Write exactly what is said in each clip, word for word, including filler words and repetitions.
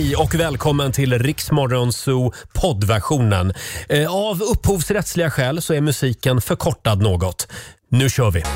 Hej och välkommen till Riksmorgon Zoo poddversionen. Av upphovsrättsliga skäl så är musiken förkortad något. Nu kör vi!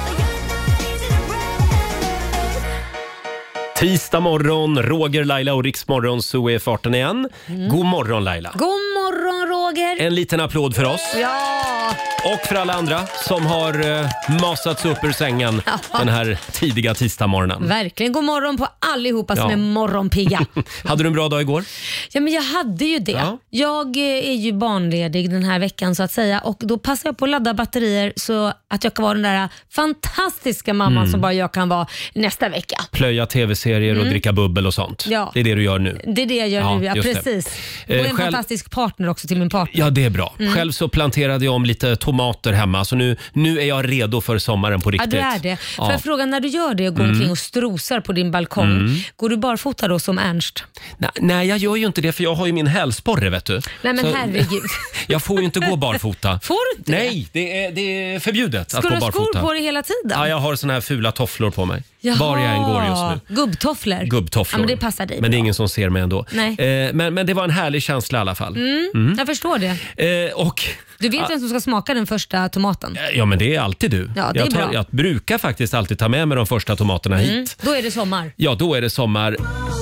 Tisdag morgon, Roger, Laila och Riksmorgon Zoo är farten igen. Mm. God morgon Laila. God morgon Roger. En liten applåd för oss. Ja. Och för alla andra som har uh, masats upp ur sängen den här tidiga tisdagmorgonen. Verkligen, god morgon på allihopa som ja. är morgonpigga. Hade du en bra dag igår? Ja, men jag hade ju det. Ja. Jag är ju barnledig den här veckan så att säga. Och då passar jag på att ladda batterier så att jag kan vara den där fantastiska mamman mm. som bara jag kan vara nästa vecka. Plöja tv-serier mm. och dricka bubbel och sånt. Ja. Det är det du gör nu. Det är det jag gör ja, nu, ja precis. Det. Och en Själv... fantastisk partner också till min partner. Ja, det är bra. Mm. Själv så planterade jag om lite tomater hemma. Så nu, nu är jag redo för sommaren på riktigt. Ja, du är det. Ja. För jag fråga, när du gör det och går mm. omkring och strosar på din balkong, mm. går du barfota då som Ernst? Nej, nej, jag gör ju inte det för jag har ju min hälsporre, vet du. Nej, men så, herregud. Jag får ju inte gå barfota. Får du inte Nej, det är, det är förbjudet Ska att gå barfota. Ska du ha skor på dig hela tiden? Ja, jag har såna här fula tofflor på mig. Jaha. Var jag än går just nu. Gubbtofflor? Gubbtofflor. Ja, men det passar dig. Men det är ingen som ser mig ändå. Nej. Eh, men, men det var en härlig känsla i alla fall. Mm, mm. Jag förstår det. Eh, och... Du vet vem som ska smaka den första tomaten? Ja, men det är alltid du. Ja, det är jag, tar, bra. jag brukar faktiskt alltid ta med mig de första tomaterna mm. hit. Då är det sommar. Ja, då är det sommar.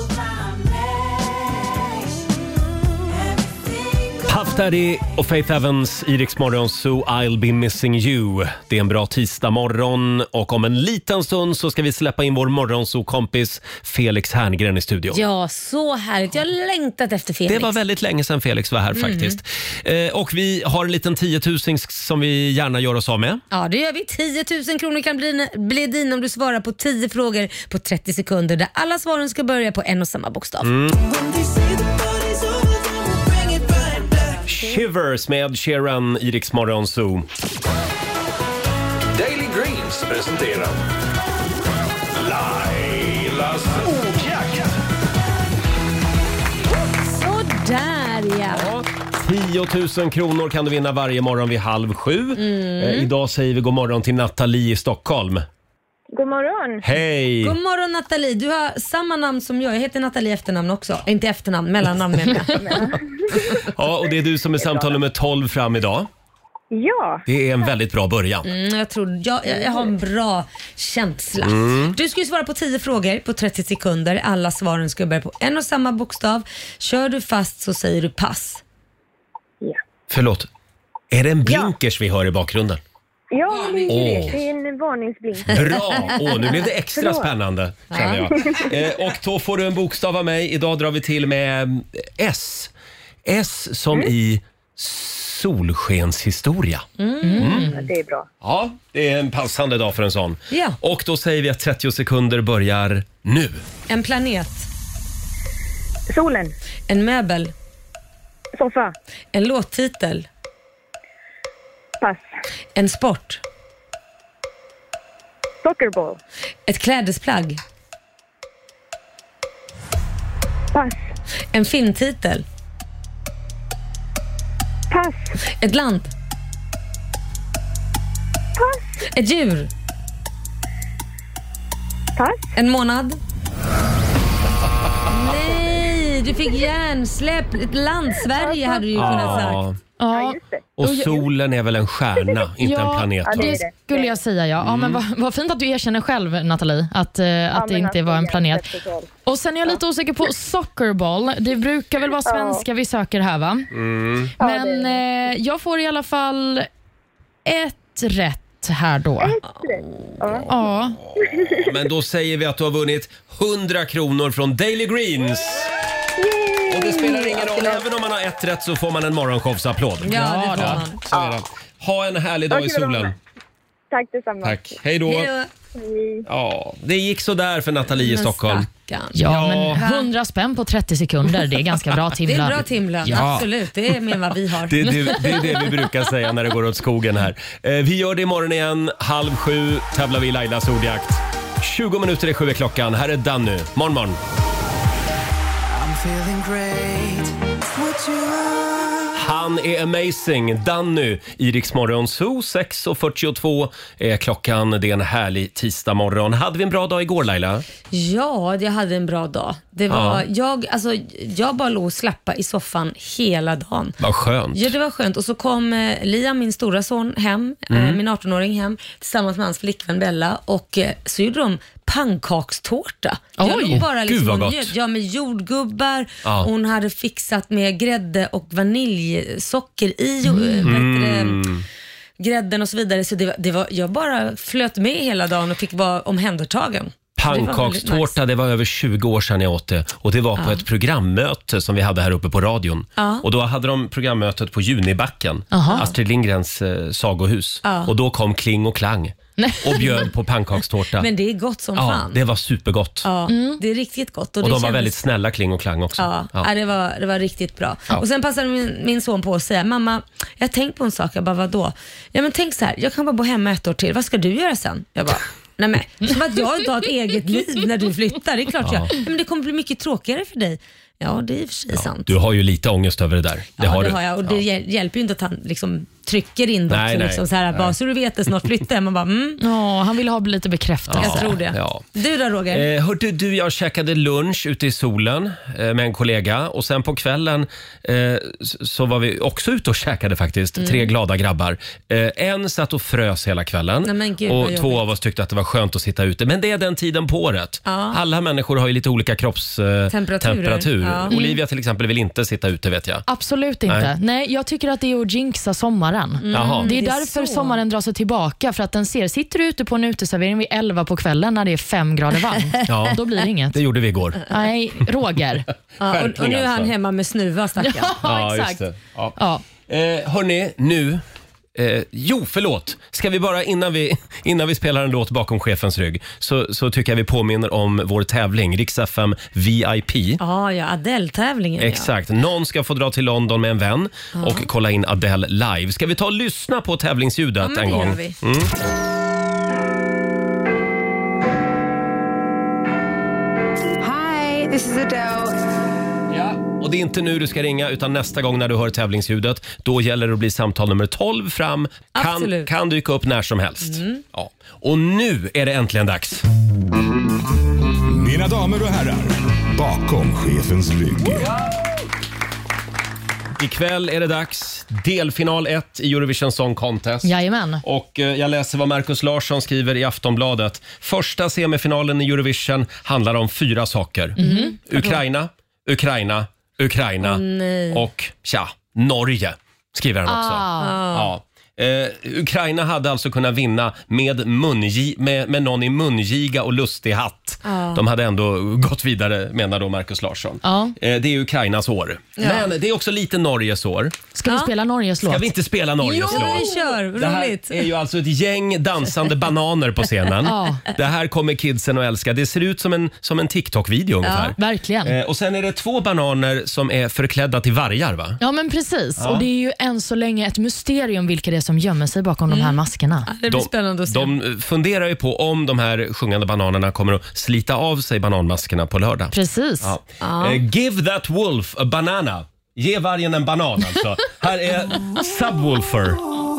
Puff Daddy och Faith Evans i Riksmorgon Zoo, I'll be missing you. Det är en bra tisdag morgon och om en liten stund så ska vi släppa in vår morgonzoo-kompis Felix Herngren i studion. Ja, så härligt. Jag har längtat efter Felix. Det var väldigt länge sedan Felix var här mm. faktiskt. Eh, och vi har en liten tiotusen som vi gärna gör oss av med. Ja, det gör vi. tio tusen kronor kan bli, bli din om du svarar på tio frågor på trettio sekunder där alla svaren ska börja på en och samma bokstav. Mm. Shivers med Sheeran i Riksmorgon Zoo. Daily Greens presenterar Lailas ordjakt. Sådär ja. ja tio tusen kronor kan du vinna varje morgon vid halv sju. Mm. Eh, idag säger vi god morgon till Nathalie i Stockholm. God morgon. Hej. God morgon Nathalie. Du har samma namn som jag. Jag heter Nathalie efternamn också. Inte efternamn, mellannamn menar jag. Ja, och det är du som är samtal nummer tolv fram idag. Ja. Det är en väldigt bra början. Mm, jag tror jag, jag har en bra känsla. Mm. Du ska ju svara på tio frågor på trettio sekunder. Alla svaren ska börja på en och samma bokstav. Kör du fast så säger du pass. Ja. Förlåt. Är det en blinkers ja. vi hör i bakgrunden? Ja, det är, oh. det är en varningsblink. Bra! Åh, nu blev det extra spännande, känner jag. Eh, och då får du en bokstav av mig. Idag drar vi till med S. S som mm. i solskenshistoria. Mm. Mm. Ja, det är bra. Ja, det är en passande dag för en sån. Ja. Och då säger vi att trettio sekunder börjar nu. En planet. Solen. En möbel. Soffa. En låttitel. Pass. En sport. Soccerboll. Ett klädesplagg. Pass. En filmtitel. Pass. Ett land. Pass. Ett djur. Pass. En månad. Nej, du fick hjärnsläpp. Ett land, Sverige hade du ju kunnat sagt. Ja, just det. Och solen är väl en stjärna, inte ja, en planet. Ja, det skulle jag säga, ja. ja mm. men vad, vad fint att du erkänner själv, Nathalie, att, uh, att det inte var en planet. Och sen är jag lite osäker på soccerboll. Det brukar väl vara svenska ja. vi söker här, va? Mm. Men uh, jag får i alla fall ett rätt här då. Ett rätt? Ja. ja. Men då säger vi att du har vunnit hundra kronor från Daily Greens. Och det spelar ingen roll, även om man har ett rätt så får man en morgonshowsapplåd. Ja, det får man. Så är det. Ha en härlig dag i solen. Tack detsamma. Tack. Hej då. Hej då. Ja, det gick så där för Nathalie i Stockholm. Ja, ja, men hundra spänn på trettio sekunder, det är ganska bra timlön. Det är bra timlön, ja. Absolut. Det är mer vad vi har. Det, det, det är det vi brukar säga när det går åt skogen här. Eh, vi gör det imorgon igen. Halv sju tävlar vi i Lailas ordjakt. tjugo minuter i sju är klockan. Här är Danny. Morgon, morgon. Han är amazing. Danny i Rix Morgon Zoo. sex och fyrtiotvå är klockan. Det är en härlig tisdag morgon. Hade vi en bra dag igår, Laila? Ja, jag hade en bra dag. Det var, Ja. jag, alltså, jag bara låg och slappa i soffan hela dagen. Vad skönt. Ja, det var skönt. Och så kom eh, Liam, min stora son, hem. Mm. Eh, min arton-åring hem tillsammans med hans flickvän Bella. Och eh, så gjorde de pannkakstårta. Jag Oj, låg bara gud vad och gott. njöt. Ja, med jordgubbar. Ja. Hon hade fixat med grädde och vaniljsocker i mm. vet det, Mm. grädden och så vidare. Så det var, det var, jag bara flöt med hela dagen och fick vara omhändertagen. Pannkakstårta, det var över tjugo år sedan jag åt det. Och det var på Ja. ett programmöte som vi hade här uppe på radion. Ja. Och då hade de programmötet på Junibacken, Aha. Astrid Lindgrens eh, sagohus. Ja. Och då kom Kling och Klang och bjöd på pannkakstårta. Men det är gott som Ja, fan. det var supergott. Ja, det är riktigt gott. Och det de var kändes- väldigt snälla, Kling och Klang också. Ja, Ja. ja. Det, var, det var riktigt bra. Ja. Och sen passade min, min son på att säga, mamma, jag har tänkt på en sak. Jag bara, vadå? Ja, men tänk så här, jag kan bara bo hemma ett år till. Vad ska du göra sen? Jag bara, nej men, som att jag inte har ett eget liv när du flyttar. Det är klart Ja. jag. Men det kommer bli mycket tråkigare för dig. Ja, det är i och för sig sant. Du har ju lite ångest över det där. Det ja, har det du. har jag. Och det hjäl- hjälper ju inte att han liksom trycker in det Nej, också. nej. Liksom, så här, bara, så du vet det, snart flyttar man bara, mm, Ja, han ville ha lite bekräftelse. jag tror det. Ja. Du då, Roger? Eh, hörde du, jag käkade lunch ute i solen eh, med en kollega och sen på kvällen eh, s- så var vi också ute och käkade faktiskt. Mm. Tre glada grabbar. Eh, en satt och frös hela kvällen Nej, men gud, och vad två jobbigt. av oss tyckte att det var skönt att sitta ute. Men det är den tiden på året. Ja. Alla människor har ju lite olika kroppstemperatur. Temperaturer. temperatur. Ja. Olivia till exempel vill inte sitta ute, vet jag. Absolut inte. Nej. Nej. jag tycker att det är att jinxa sommaren. Jaha. Det är det är därför så. sommaren drar sig tillbaka. För att den ser, sitter du ute på en uteservering vid elva på kvällen när det är fem grader varmt, Ja. då blir det inget. Det gjorde vi igår. Nej, Roger. Ja, och, och skärpning nu är han alltså. hemma med snuva, stackarn. Ja, just exakt. det. Ja. Ja. Eh, hörni, nu... Eh, jo, förlåt. Ska vi bara innan vi, innan vi spelar en låt bakom chefens rygg så, så tycker jag vi påminner om vår tävling Rix F M V I P. Ja, ja, Adele-tävlingen. Exakt. Någon ska få dra till London med en vän och kolla in Adele live. Ska vi ta och lyssna på tävlingsljudet Ja, men en det gång? gör vi. Mm. Hi, this is Adele. Ja, och det är inte nu du ska ringa utan nästa gång när du hör tävlingsljudet. Då gäller det att bli samtal nummer tolv fram. Kan, Absolut. kan dyka upp när som helst. Ja. Och nu är det äntligen dags. Mina damer och herrar, bakom chefens rygg. Ikväll är det dags. Delfinal ett i Eurovision Song Contest. Jajamän. Och eh, jag läser vad Markus Larsson skriver i Aftonbladet. Första semifinalen i Eurovision handlar om fyra saker. Ukraina, Ukraina, Ukraina och tja, Norge skriver han också. Ja. Eh, Ukraina hade alltså kunnat vinna med, mungi- med, med någon i mungiga och lustig hatt. De hade ändå gått vidare, menar då Markus Larsson. Ja. Eh, det är Ukrainas år. Men det är också lite Norges år. Ska vi spela Norges låt? Ska vi inte spela Norges Jo, låt? vi kör. Det här Roligt. är ju alltså ett gäng dansande bananer på scenen. Ja. Det här kommer kidsen att älska. Det ser ut som en, som en TikTok-video ungefär. Verkligen. Eh, och sen är det två bananer som är förklädda till vargar, va? Ja, men precis. Och det är ju än så länge ett mysterium vilka det är som gömmer sig bakom de här maskerna. Det blir spännande att se. de funderar ju på om de här sjungande bananerna kommer att slita av sig bananmaskerna på lördag. Precis. Ja. Eh, give that wolf a banana. Ge vargen en banan alltså. Här är Subwoofer.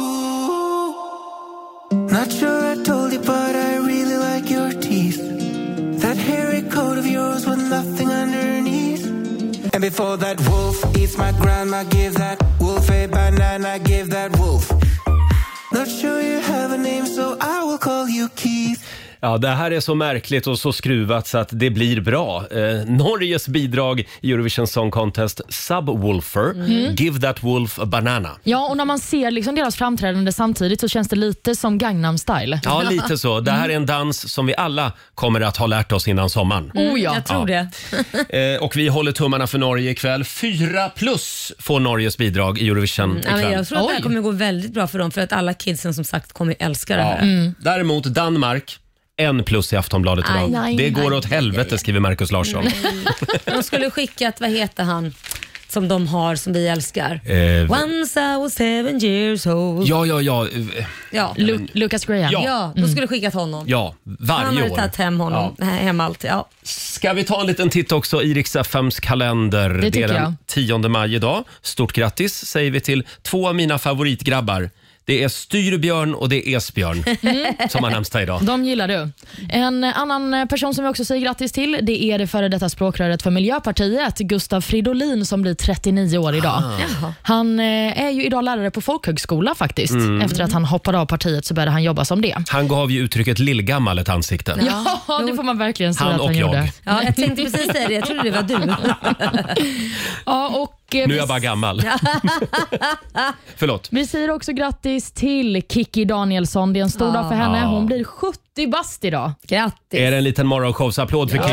Not sure I told you, but I really like your teeth. That hairy coat of yours with nothing underneath. And before that wolf eats my grandma, give that wolf a banana, give that wolf. Not sure you have a name, so I will call you Keith. Ja, det här är så märkligt och så skruvat så att det blir bra. Eh, Norges bidrag i Eurovision Song Contest, Subwoofer, Give that wolf a banana. Ja, och när man ser liksom deras framträdande samtidigt så känns det lite som Gangnam style. Ja, lite så. Det här är en dans som vi alla kommer att ha lärt oss innan sommaren. Oh ja. Jag tror det. Eh, och vi håller tummarna för Norge ikväll. Fyra plus får Norges bidrag i Eurovision Ja, men ikväll. jag tror att det här Oj. kommer gå väldigt bra för dem för att alla kidsen som sagt kommer älska det Ja. här. Däremot Danmark, en plus i Aftonbladet idag. Aj, nej, det går nej, åt helvete, nej. skriver Markus Larsson. De skulle skickat, vad heter han? som de har som vi älskar. Eh, Once I was seven years old. Ja, ja, ja. Ja. Lu- Lucas Graham. Ja. Ja, då skulle du skickat honom. Ja, varje Han hade år. tagit hem honom, ja. hem allt. Ja. Ska vi ta en liten titt också i Rix F M:s kalender? Det Det är tycker den jag. tionde maj idag. Stort grattis säger vi till två av mina favoritgrabbar. Det är Styrbjörn och det är Esbjörn som har namnsdag idag. De gillar du. En annan person som vi också säger grattis till, det är det före detta språkröret för Miljöpartiet, Gustav Fridolin, som blir trettionio år idag. Jaha. Han eh, är ju idag lärare på folkhögskola faktiskt. Efter att han hoppade av partiet så började han jobba som det. Han gav ju uttrycket lillgammal ett ansikte. Ja, det får man verkligen säga Han att han och jag. gjorde. Ja, jag tänkte precis säga det. Jag trodde det var du. Ja, och, eh, Nu är vi- jag bara gammal. Förlåt. Vi säger också grattis till Kikki Danielsson. Det är en stor dag för henne. Hon blir sjuttio bast idag. Grattis. Är det en liten morgonshowsapplåd för Kikki?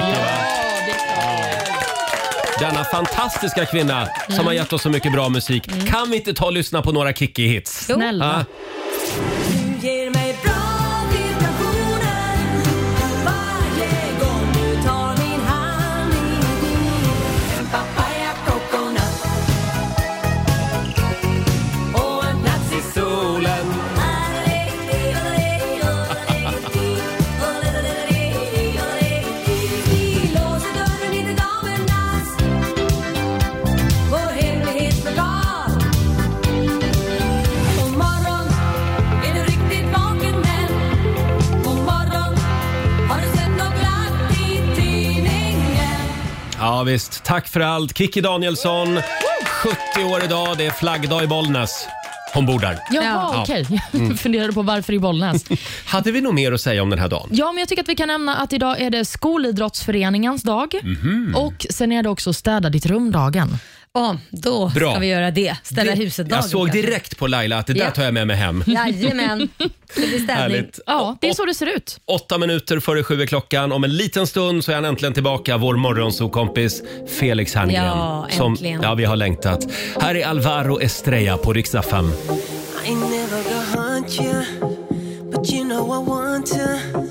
Denna fantastiska kvinna som har gett oss så mycket bra musik. Kan vi inte ta och lyssna på några Kikki-hits? Jo. Snälla. Ah. Du ger mig bra vibrationer varje gång du tar min hand i din. En papaya coconut och en plats i Solen. Vi låser dörren in till damernas, vår hemlighetsförvar. God morgon, är du riktigt vaken än? God morgon, har du sett något glatt i tidningen? Ja visst, tack för allt. Kikki Danielsson, sjuttio år idag. Det är flaggdag i Bollnäs. Hon bor där. Jaha, Ja. okej. Jag funderade på varför i Bollnäs. Hade vi nog mer att säga om den här dagen? Ja, men jag tycker att vi kan nämna att idag är det skolidrottsföreningens dag. Och sen är det också städa ditt rum-dagen. Ja, då Bra. ska vi göra det. Ställa Det- huset-dagen. Jag såg kanske. direkt på Laila att det där Ja. tar jag med mig hem. Jajamän. Det blir städning. Härligt. Ja, det är så det ser ut. Åtta minuter före sju är klockan. Om en liten stund så är han äntligen tillbaka. Vår morgonsokompis Felix Herngren. Ja, som, äntligen. ja, vi har längtat. Här är Alvaro Estrella på Rix F M. I ain't never gonna hunt you, but you know I want to.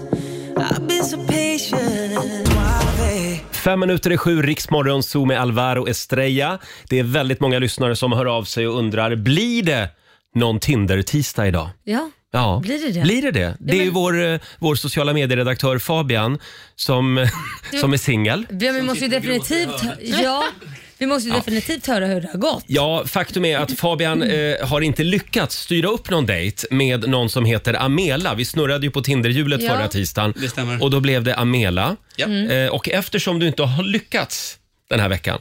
I've been so patient. Why? Fem minuter i sju, Rix Morgonzoo med Alvaro Estrella. Det är väldigt många lyssnare som hör av sig och undrar, blir det någon Tinder-tisdag idag? Ja. Ja, Blir det det? Blir det, det? det är ju vår, eh, vår sociala medieredaktör Fabian som, som är singel. Ja, vi måste ju definitivt, ja, vi måste ju definitivt höra hur det har gått. Ja, faktum är att Fabian eh, har inte lyckats styra upp någon dejt med någon som heter Amela. Vi snurrade ju på Tinderhjulet Ja. förra tisdagen. Det stämmer. Och då blev det Amela. Ja. Eh, och eftersom du inte har lyckats den här veckan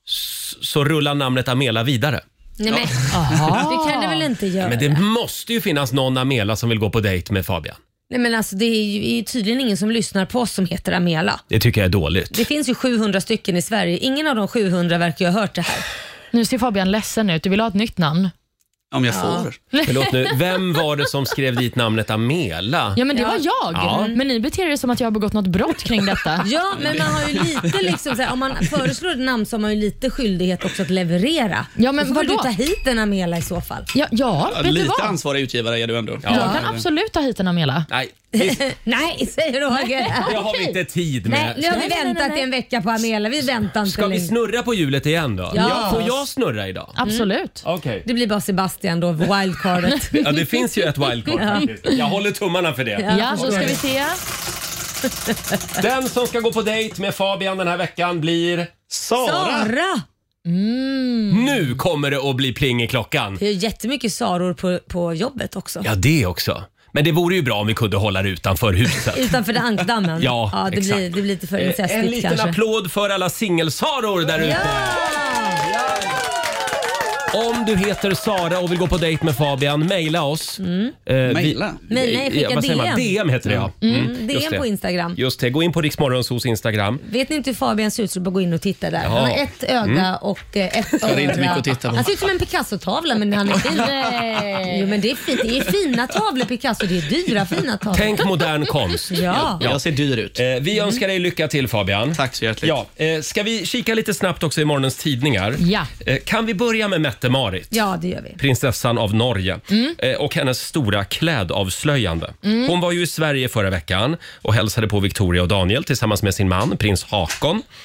s- så rullar namnet Amela vidare. Nej, men, det kan det väl inte göra? Men det måste ju finnas någon Amela som vill gå på dejt med Fabian. Nej, men alltså, det är ju är ju tydligen ingen som lyssnar på oss som heter Amela. Det tycker jag är dåligt. Det finns ju sjuhundra stycken i Sverige. Ingen av de sjuhundra verkar ju ha hört det här. Nu ser Fabian ledsen ut. Du vill ha ett nytt namn. Om jag får. Förlåt nu, vem var det som skrev dit namnet Amela? Ja, men det Ja. var jag. Ja. Men ni beter er som att jag har begått något brott kring detta. Ja, men man har ju lite liksom, så här, om man föreslår ett namn så har man ju lite skyldighet också att leverera. Ja, men Då får du vadå? ta hit en Amela i så fall. Ja, ja Ja, vet du lite vad? ansvarig utgivare är du ändå. Jag kan absolut ta hit en Amela. Nej, visst, Nej, säger Roger. det har vi inte tid Nej, med. nu har vi Nej, nej, väntat nej, nej. en vecka på Amela. Vi väntar inte Ska vi längre. snurra på hjulet igen då? Ja. Får jag snurra idag? Absolut. Okej. Det blir bara Sebastian då, wildcardet. Ja, det finns ju ett wildcard faktiskt. Jag håller tummarna för det. Ja, så ska vi se. Den som ska gå på dejt med Fabian den här veckan blir Sara. Sara! Nu kommer det att bli pling i klockan. Det är jättemycket Saror på, på jobbet också. Ja, det också. Men det vore ju bra om vi kunde hålla det utanför huset. Utanför det ankdammen. Ja, ja det, exakt. blir, det blir lite för Eh, En incestigt liten kanske. applåd för alla singelsaror där ute. Om du heter Sara och vill gå på dejt med Fabian, mejla oss. Mm. Mejla? Nej, nej, skicka vad säger man? D M. D M heter det, ja. Mm, just D M det. på Instagram. Just det, gå in på Riksmorgonsos Instagram. Vet ni inte hur Fabian ser ut så bara gå in och titta där. Ja. Han har ett öga och eh, ett öra. det är inte mycket att titta på. Han ser ut som en Picasso-tavla men han är fin. Nej. Jo men det är fint. Det är fina tavlor Picasso. Det är dyra fina tavlor. Tänk modern konst. Ja. Jag ser dyr ut. Eh, vi önskar dig lycka till Fabian. Tack så hjärtligt. Ja, eh, ska vi kika lite snabbt också i morgonens tidningar? Ja. Eh, kan vi börja med Mette-Marit? Ja, det gör vi. Prinsessan av Norge eh, och hennes stora klädavslöjande. Hon var ju i Sverige förra veckan och hälsade på Victoria och Daniel tillsammans med sin man, prins Hakon.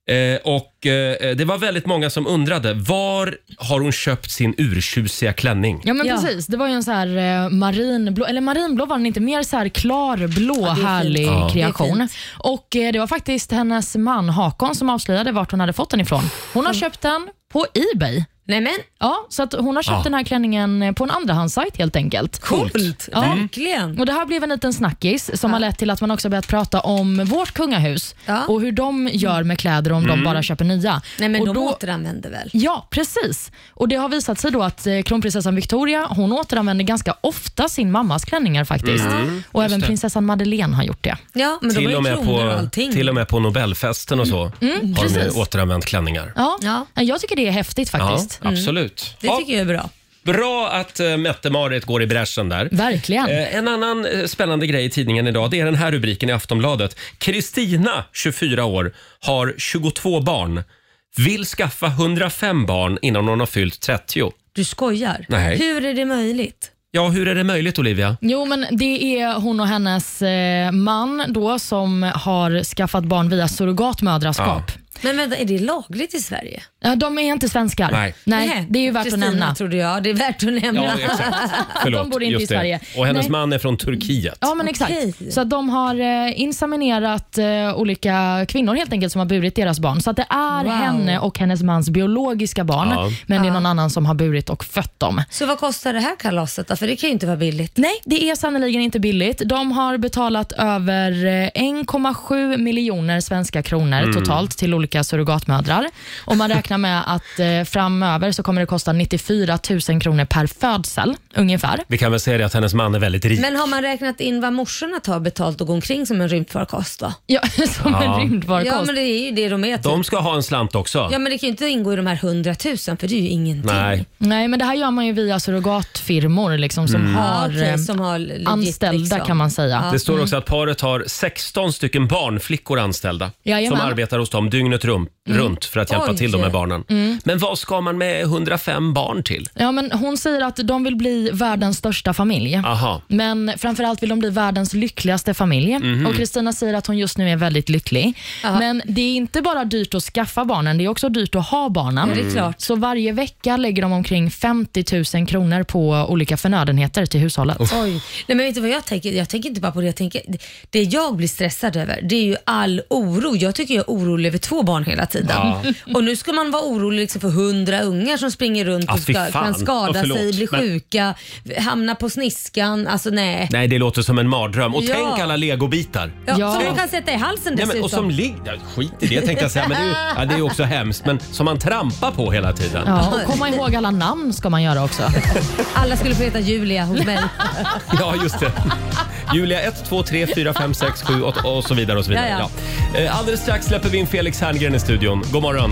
Eh, och eh, det var väldigt många som undrade, var har hon köpt sin urtjusiga klänning? Ja men Ja. precis, det var ju en så här eh, marinblå, eller marinblå var den inte, mer så här klarblå Ja, det är härlig fint. Ja. kreation. Det är fint. Och eh, det var faktiskt hennes man Hakon som avslöjade vart hon hade fått den ifrån. Hon har köpt den på eBay. Nej men, Ja, så att hon har köpt Ja. den här klänningen på en andrahandssajt helt enkelt. coolt. Ja. Verkligen. Och det här blev en liten snackis som Ja. har lett till att man också börjat prata om vårt kungahus Ja. och hur de gör med kläder om de bara köper nya. Nej men och de då, återanvänder väl? Ja, precis. Och det har visat sig då att eh, kronprinsessan Victoria, hon återanvänder ganska ofta sin mammas klänningar faktiskt. Och även det. prinsessan Madeleine har gjort det. Ja, men de Till har och, ju med kronor och på, allting. till och med på Nobelfesten och så har de ju precis. återanvänt klänningar. Ja, Ja. jag tycker det är häftigt faktiskt. Ja, absolut. Det Ja, tycker jag är bra. bra att uh, Mette-Marit går i bräschen där. Verkligen. Eh, en annan eh, spännande grej i tidningen idag, det är den här rubriken i Aftonbladet. Kristina, tjugofyra år, har tjugotvå barn. Vill skaffa hundrafem barn innan hon har fyllt trettio. Du skojar. Nej. Hur är det möjligt? Ja, hur är det möjligt, Olivia? Jo, men det är hon och hennes eh, man då som har skaffat barn via surrogatmödraskap. Men vänta, är det lagligt i Sverige? Ja, de är inte svenskar. Nej. Nej, det är ju värt Kristina, att nämna. trodde jag. Det är värt att nämna. Ja, exakt. Förlåt, De bor inte just i det. Sverige. Och hennes Nej. man är från Turkiet. Ja, men exakt. Okej. Så att de har eh, inseminerat eh, olika kvinnor helt enkelt som har burit deras barn. Så att det är Wow. henne och hennes mans biologiska barn, Ja. men det är någon annan som har burit och fött dem. Så vad kostar det här kalaset då? För det kan ju inte vara billigt. Nej, det är sannoliken inte billigt. De har betalat över eh, en komma sju miljoner svenska kronor Mm. totalt till olika surrogatmödrar. Och man räknar med att eh, framöver så kommer det kosta nittiofyra tusen kronor per födsel, ungefär. Vi kan väl säga det att hennes man är väldigt rik. Men har man räknat in vad morsorna tar betalt och går omkring som en rymdfarkost då? Ja, som Ja. en rymdfarkost. Ja men det är ju det de är typ. De ska ha en slant också. Ja men det kan ju inte ingå i de här hundratusen för det är ju ingenting. Nej. Nej, men det här gör man ju via surrogatfirmor liksom, som Mm. Ja, har okej, eh, som har legit, anställda liksom. kan man säga. Ja. Det står också att paret har sexton stycken barnflickor anställda Jajamän. som arbetar hos dem dygnet rum, runt för att hjälpa Oj. till de här barnen. Men vad ska man med hundrafem barn till? Ja, men hon säger att de vill bli världens största familj. Aha. Men framförallt vill de bli världens lyckligaste familj. Mhm. Och Kristina säger att hon just nu är väldigt lycklig. Aha. Men det är inte bara dyrt att skaffa barnen, det är också dyrt att ha barnen. Ja, det är klart. Så varje vecka lägger de omkring femtio tusen kronor på olika förnödenheter till hushållet. Oj. Nej, men vet du vad jag tänker? Jag tänker inte bara på det. Jag tänker, det jag blir stressad över, det är ju all oro. Jag tycker jag är orolig över två barn hela tiden. Ja. Och nu ska man vara orolig liksom för hundra ungar som springer runt Ja, och fy ska, fan. kan skada Ja, förlåt. sig, bli Men- sjuka, hamna på sniskan. Alltså nej. Nej, det låter som en mardröm. Och Ja. tänk alla legobitar. Ja, Ja. Som man kan sätta i halsen Nej, dessutom. men, och som ligger... Ja, skit i det tänkte jag säga, men det är ju ja, det är ju också hemskt. Men som man trampar på hela tiden. Ja, och komma ihåg alla namn ska man göra också. Alla skulle få heta Julia hos mig. Ja, just det. Julia ett, två, tre, fyra, fem, sex, sju och, och så vidare och så vidare. Ja, Ja. Eh, Alldeles strax släpper vi in Felix Herngren i studion. God morgon.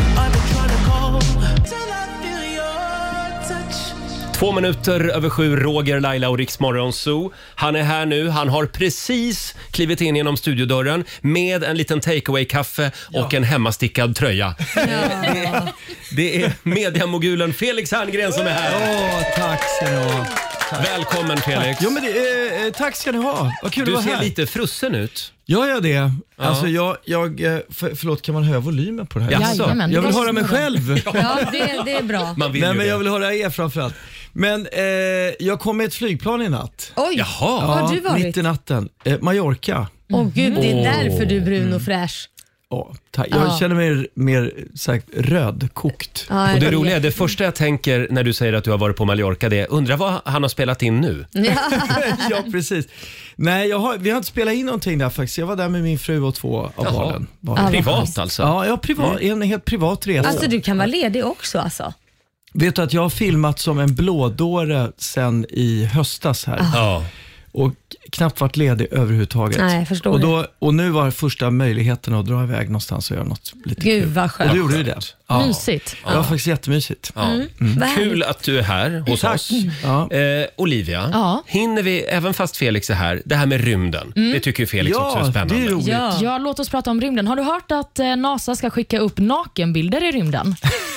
Två minuter över sju, Roger, Laila och Rix Morgon Zoo. Han är här nu. Han har precis klivit in genom studiodörren med en liten takeaway-kaffe och en hemmastickad tröja. Ja. Det är mediamogulen Felix Herngren som är här. Åh, tack ska ni ha. Välkommen Felix. Jo, men det, eh, eh, tack ska ni ha. Vad kul Du att vara ser här. lite frusen ut. Gör jag det? Alltså jag, jag eh, för, förlåt, kan man höra volymen på det här? Jaså? Jajamän, Jag vill det var höra mig så bra. själv. Ja, det, det är bra. Man vill Nej, ju men det. jag vill höra er framförallt. Men eh, jag kom med ett flygplan i natt. Oj, Jaha. var har du varit? mitt i natten. Eh, Mallorca. Åh gud, det är Åh. därför du är brun och fräsch. Ja, tack. Jag Ja. känner mig mer sagt, rödkokt. Ja, Och det jag roliga är, vet. det första jag tänker när du säger att du har varit på Mallorca, det är, undrar vad han har spelat in nu? Ja, precis. Nej, jag har, vi har inte spelat in någonting där faktiskt. Jag var där med min fru och två av Jaha. barnen. Ja, vad Privat schysst. alltså? Ja, ja, privat, en helt privat resa. Alltså du kan vara ledig också alltså. Vet du att jag har filmat som en blådåre sen i höstas här Ja. och knappt varit ledig överhuvudtaget. Nej, jag förstår och, det. då, och nu var första möjligheten att dra iväg någonstans och göra något lite Gud, kul. vad Och skönt. då gjorde vi det. Ja. Mysigt. Det var faktiskt jättemysigt. Ja. Vad härligt. Kul att du är här hos Tack. oss. Ja. Eh, Olivia, Ja. hinner vi, även fast Felix är här, det här med rymden, det tycker ju Felix också är Ja, spännande. det är roligt. Ja. Ja, låt oss prata om rymden. Har du hört att eh, NASA ska skicka upp nakenbilder i rymden?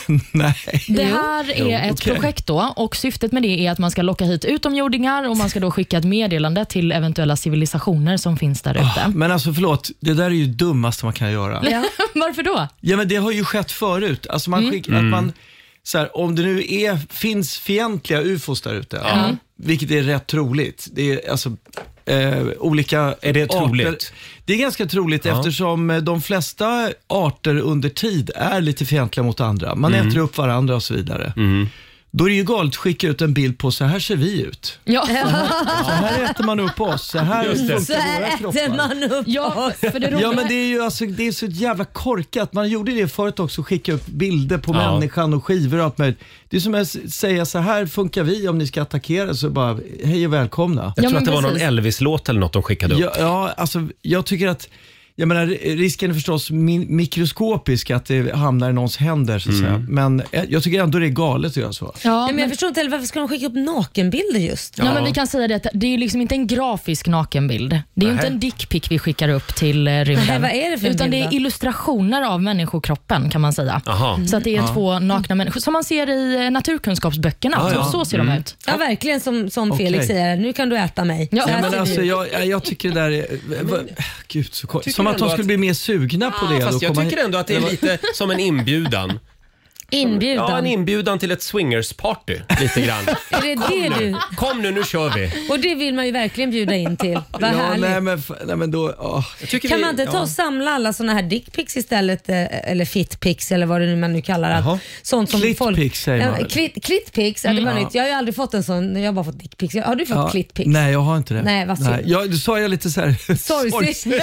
Nej. Det här är Jo, ett okej. projekt då och syftet med det är att man ska locka hit utomjordingar och man ska då skicka ett meddelande till eventuella civilisationer som finns där ute. Oh, men alltså förlåt, det där är ju dummaste man kan göra. Ja. Varför då? Ja, men det har ju skett förut. Alltså man skickar, att man, så här, om det nu är, finns fientliga ufos där ute, Ja. vilket är rätt troligt. Det är alltså eh, olika Är det arter. troligt? Det är ganska troligt Ja. eftersom eh, de flesta arter under tid är lite fientliga mot andra. Man äter upp varandra och så vidare. Mm. Då är det ju galet att skicka ut en bild på så här ser vi ut. Ja, Så här äter man upp oss. Så här Just det. Så funkar här våra äter kroppar. man upp ja oss. för det roliga Ja, men det är ju alltså, det är så jävla korkat. Man gjorde det förut också, skicka upp bilder på Ja. människan och skivor och allt möjligt. Det är som att s- säga så här funkar vi om ni ska attackera, så bara hej och välkomna. Jag Ja, tror men att det var någon precis. Elvis-låt eller något de skickade upp. Ja, ja, alltså jag tycker att jag menar, risken är förstås min- mikroskopisk att det hamnar i någons händer så att Mm. säga. Men eh, jag tycker ändå det är galet att göra så. Ja, Ja, men jag men, förstår inte heller varför ska de skicka upp nakenbilder just? ja, men vi kan säga det att det är ju liksom inte en grafisk nakenbild. Det är ju Nähä. inte en dickpic vi skickar upp till eh, rymden. Nej, vad är det för en Utan det bild är då? illustrationer av människokroppen kan man säga. Jaha. Så att det är två nakna människor som man ser i eh, naturkunskapsböckerna. Ja, ja. Så, så ser de ut. Ja, verkligen som, som Okej. Felix säger, nu kan du äta mig. Ja, Så här Nej, men ser alltså, vi ut. jag, jag- jag tycker det där är... va- Gud, så konstigt. Tycker Som du att de ändå skulle att- bli mer sugna på det. Ah, fast då jag komma tycker hit. ändå att det är lite som en inbjudan. Inbjudan. Ja, en inbjudan till ett swingersparty lite grann. Är det det du... Kom nu, nu kör vi. Och det vill man ju verkligen bjuda in till. Vad Ja, härligt. nej, men, f- nej, men då... åh. Jag tycker Kan vi- man inte ta ja. och samla alla såna här dickpics istället, eh, eller fitpics eller vad det nu man nu kallar det. Jaha. Sånt som Clitpics folk... säger man Ja, väl? klit, Clitpics, ja, det var Mm. nytt. Jag har ju aldrig fått en sån, jag har bara fått dickpics. Har du fått Ja, clitpics? nej, jag har inte det. Nej, vad synd. Ja, du sa jag lite så här... Sorgligt.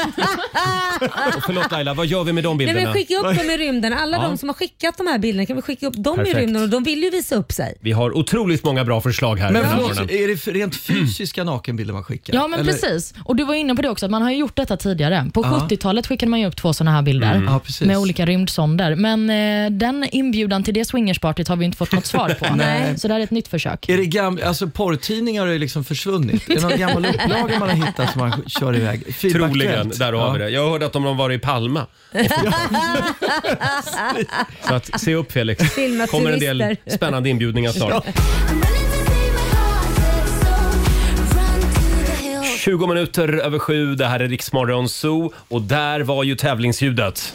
Och förlåt Laila, vad gör vi med de Nej, bilderna? men skicka upp dem i rymden. Alla Ja. de som har skickat de här bilderna kan vi skicka upp dem Perfekt. i rymden och de vill ju visa upp sig. Vi har otroligt många bra förslag här Men den här förlåt, morgonen. är det f- rent fysiska nakenbilder man skickar? Ja, men Eller- precis. Och du var inne på det också, att man har ju gjort detta tidigare. På Ja. sjuttiotalet skickade man ju upp två sådana här bilder Mm. Ja, precis. med olika rymdsonder. Men eh, den inbjudan till det swingerspartyt har vi inte fått något svar på. Nej. Så det här är ett nytt försök. Är det gamla, alltså porrtidningar har ju liksom försvunnit. Är det någon gammal upplaga man har hittat som man kör iväg? Troligen, Feedback där har ja. vi det. Jag hörde att de har varit i Palma. Så att se upp Felix. Filma Kommer en del turister. spännande inbjudningar snart. tjugo minuter över sju, det här är Riksmorgon Zoo och där var ju tävlingsljudet.